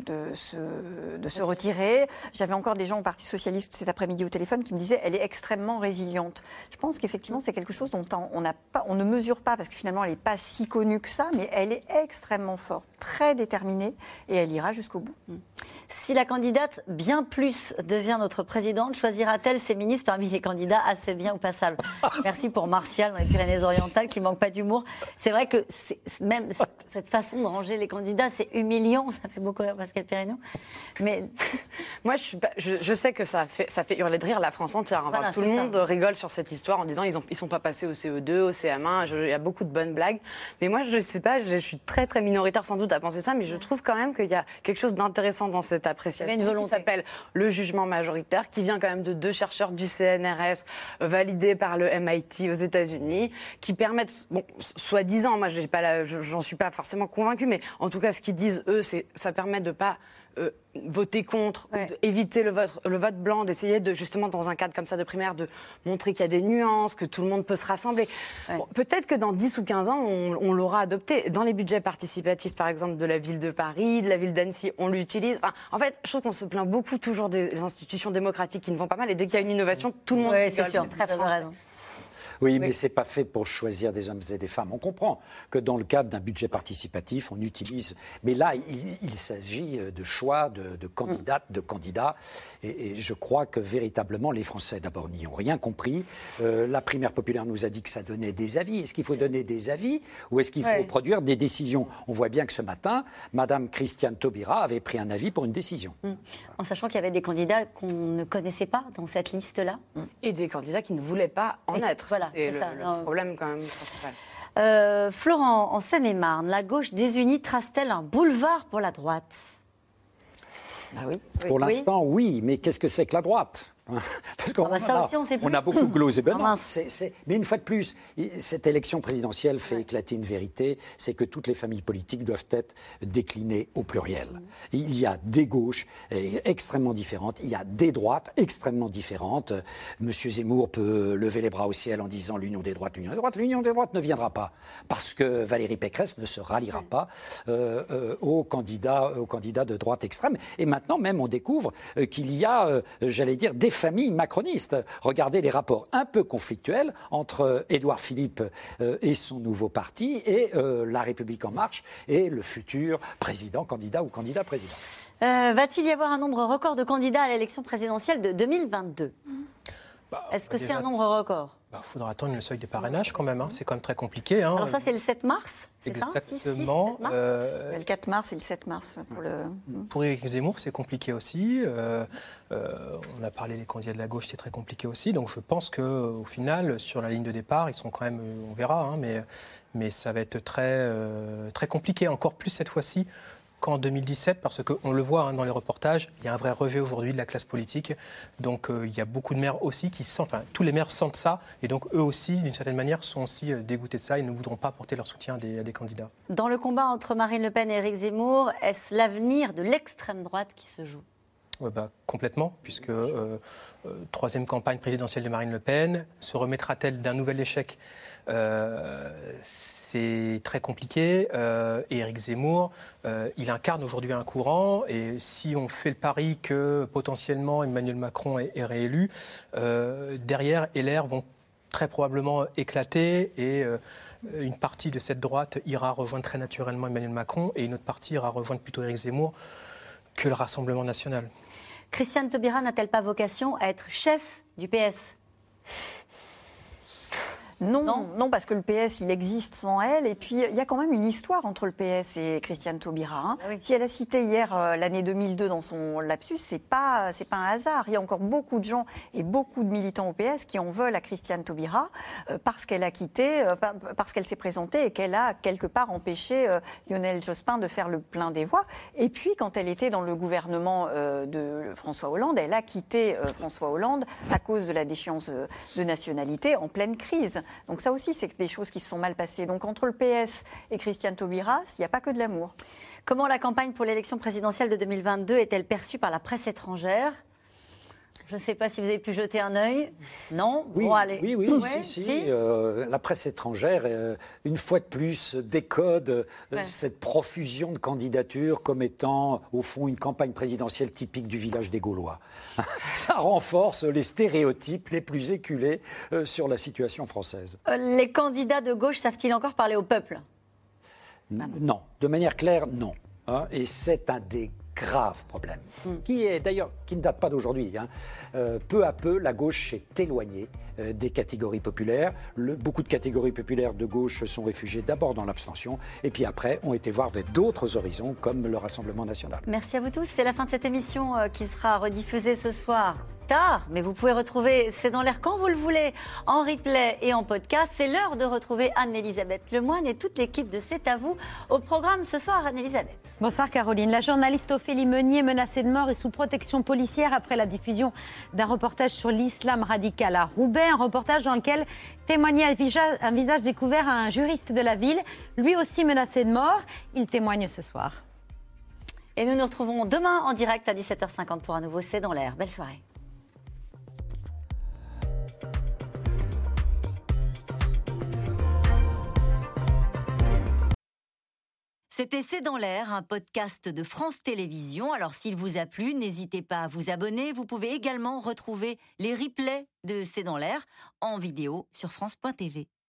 retirer. J'avais encore des gens au Parti socialiste cet après-midi au téléphone qui me disaient elle est extrêmement résiliente. Je pense qu'effectivement, c'est quelque chose dont on ne mesure pas, parce que finalement, elle n'est pas si connue que ça, mais elle est extrêmement forte, très déterminée, et elle ira jusqu'au bout. Si la candidate bien plus devient notre présidente, choisira-t-elle ses ministres parmi les candidats assez bien ou passables? Merci pour Martial dans les Pyrénées-Orientales qui manque pas d'humour. C'est vrai que même cette façon de ranger les candidats, c'est humiliant. Ça fait beaucoup rire Pascal Perrineau. Mais moi, je sais que ça fait hurler de rire la France entière. Voilà, tout le monde rigole sur cette histoire en disant ils sont pas passés au CE2, au CM1. Il y a beaucoup de bonnes blagues. Mais moi, je sais pas, je suis très très minoritaire sans doute à penser ça, mais je trouve quand même qu'il y a quelque chose d'intéressant dans cette appréciation qui s'appelle le jugement majoritaire, qui vient quand même de 2 chercheurs du CNRS validés par le MIT aux États-Unis, qui permettent, bon, soi-disant, moi j'en suis pas forcément convaincue, mais en tout cas ce qu'ils disent eux, ça permet de pas voter contre, éviter le vote blanc, d'essayer de, justement, dans un cadre comme ça de primaire, de montrer qu'il y a des nuances, que tout le monde peut se rassembler. Bon, peut-être que dans 10 ou 15 ans, on l'aura adopté. Dans les budgets participatifs, par exemple, de la ville de Paris, de la ville d'Annecy, on l'utilise. Enfin, en fait, je trouve qu'on se plaint beaucoup toujours des institutions démocratiques qui ne vont pas mal, et dès qu'il y a une innovation, tout le monde rigole. C'est sûr, très raison. Oui, mais ce n'est pas fait pour choisir des hommes et des femmes. On comprend que dans le cadre d'un budget participatif, on utilise... Mais là, il s'agit de choix de candidates, de candidats. Et je crois que véritablement, les Français, d'abord, n'y ont rien compris. La primaire populaire nous a dit que ça donnait des avis. Est-ce qu'il faut donner des avis ou est-ce qu'il faut produire des décisions? On voit bien que ce matin, Mme Christiane Taubira avait pris un avis pour une décision. En sachant qu'il y avait des candidats qu'on ne connaissait pas dans cette liste-là. Et des candidats qui ne voulaient pas en être. Voilà. C'est le problème quand même principal. Florent, en Seine-et-Marne, la gauche désunie trace-t-elle un boulevard pour la droite? Pour l'instant, oui. Mais qu'est-ce que c'est que la droite? Parce qu'on on a beaucoup glosé. Mais une fois de plus, cette élection présidentielle fait éclater une vérité, c'est que toutes les familles politiques doivent être déclinées au pluriel. Il y a des gauches extrêmement différentes, il y a des droites extrêmement différentes. Monsieur Zemmour peut lever les bras au ciel en disant l'union des droites, l'union des droites. L'union des droites ne viendra pas, parce que Valérie Pécresse ne se ralliera pas aux candidats de droite extrême. Et maintenant même, on découvre qu'il y a, j'allais dire, des familles macronistes. Regardez les rapports un peu conflictuels entre Édouard Philippe et son nouveau parti et La République En Marche et le futur candidat ou candidat président. Va-t-il y avoir un nombre record de candidats à l'élection présidentielle de 2022 ? Est-ce que c'est un nombre record ? Il faudra attendre le seuil des parrainages quand même, c'est quand même très compliqué. Alors ça c'est le 7 mars, c'est ça ? Exactement. Le 4 mars et le 7 mars. Pour Éric Zemmour, c'est compliqué aussi. On a parlé des candidats de la gauche, c'est très compliqué aussi. Donc je pense qu'au final, sur la ligne de départ, ils sont quand même, on verra, mais ça va être très, très compliqué, encore plus cette fois-ci qu'en 2017, parce qu'on le voit dans les reportages, il y a un vrai rejet aujourd'hui de la classe politique. Donc il y a beaucoup de maires aussi qui sentent, tous les maires sentent ça, et donc eux aussi, d'une certaine manière, sont aussi dégoûtés de ça et ne voudront pas apporter leur soutien à des candidats. Dans le combat entre Marine Le Pen et Éric Zemmour, est-ce l'avenir de l'extrême droite qui se joue ? Complètement, puisque troisième campagne présidentielle de Marine Le Pen, se remettra-t-elle d'un nouvel échec ? C'est très compliqué. Et Éric Zemmour, il incarne aujourd'hui un courant. Et si on fait le pari que potentiellement Emmanuel Macron est réélu, derrière, LR vont très probablement éclater et une partie de cette droite ira rejoindre très naturellement Emmanuel Macron et une autre partie ira rejoindre plutôt Éric Zemmour que le Rassemblement national. Christiane Taubira n'a-t-elle pas vocation à être chef du PS ? Non, parce que le PS, il existe sans elle. Et puis, il y a quand même une histoire entre le PS et Christiane Taubira. Oui. Si elle a cité hier l'année 2002 dans son lapsus, c'est pas un hasard. Il y a encore beaucoup de gens et beaucoup de militants au PS qui en veulent à Christiane Taubira parce qu'elle a quitté, parce qu'elle s'est présentée et qu'elle a quelque part empêché Lionel Jospin de faire le plein des voix. Et puis, quand elle était dans le gouvernement de François Hollande, elle a quitté François Hollande à cause de la déchéance de nationalité en pleine crise. Donc ça aussi, c'est des choses qui se sont mal passées. Donc entre le PS et Christiane Taubira, il n'y a pas que de l'amour. Comment la campagne pour l'élection présidentielle de 2022 est-elle perçue par la presse étrangère ? Je ne sais pas si vous avez pu jeter un œil. Non. Oui, bon, allez. oui, Ouais, si. La presse étrangère, une fois de plus, décode cette profusion de candidatures comme étant, au fond, une campagne présidentielle typique du village des Gaulois. Ça renforce les stéréotypes les plus éculés sur la situation française. Les candidats de gauche savent-ils encore parler au peuple ? Non, de manière claire, non. Et c'est un des graves problèmes, qui ne date pas d'aujourd'hui. Peu à peu, la gauche s'est éloignée des catégories populaires. Beaucoup de catégories populaires de gauche se sont réfugiées d'abord dans l'abstention, et puis après ont été voir vers d'autres horizons, comme le Rassemblement national. Merci à vous tous. C'est la fin de cette émission qui sera rediffusée ce soir. Tard, mais vous pouvez retrouver C'est dans l'air quand vous le voulez, en replay et en podcast. C'est l'heure de retrouver Anne-Elisabeth Lemoine et toute l'équipe de C'est à vous au programme ce soir. Anne-Elisabeth. Bonsoir Caroline. La journaliste Ophélie Meunier, menacée de mort, est sous protection policière après la diffusion d'un reportage sur l'islam radical à Roubaix. Un reportage dans lequel témoignait un visage découvert à un juriste de la ville, lui aussi menacé de mort. Il témoigne ce soir. Et nous nous retrouvons demain en direct à 17h50 pour un nouveau C'est dans l'air. Belle soirée. C'était C'est dans l'air, un podcast de France Télévisions. Alors s'il vous a plu, n'hésitez pas à vous abonner. Vous pouvez également retrouver les replays de C'est dans l'air en vidéo sur France.tv.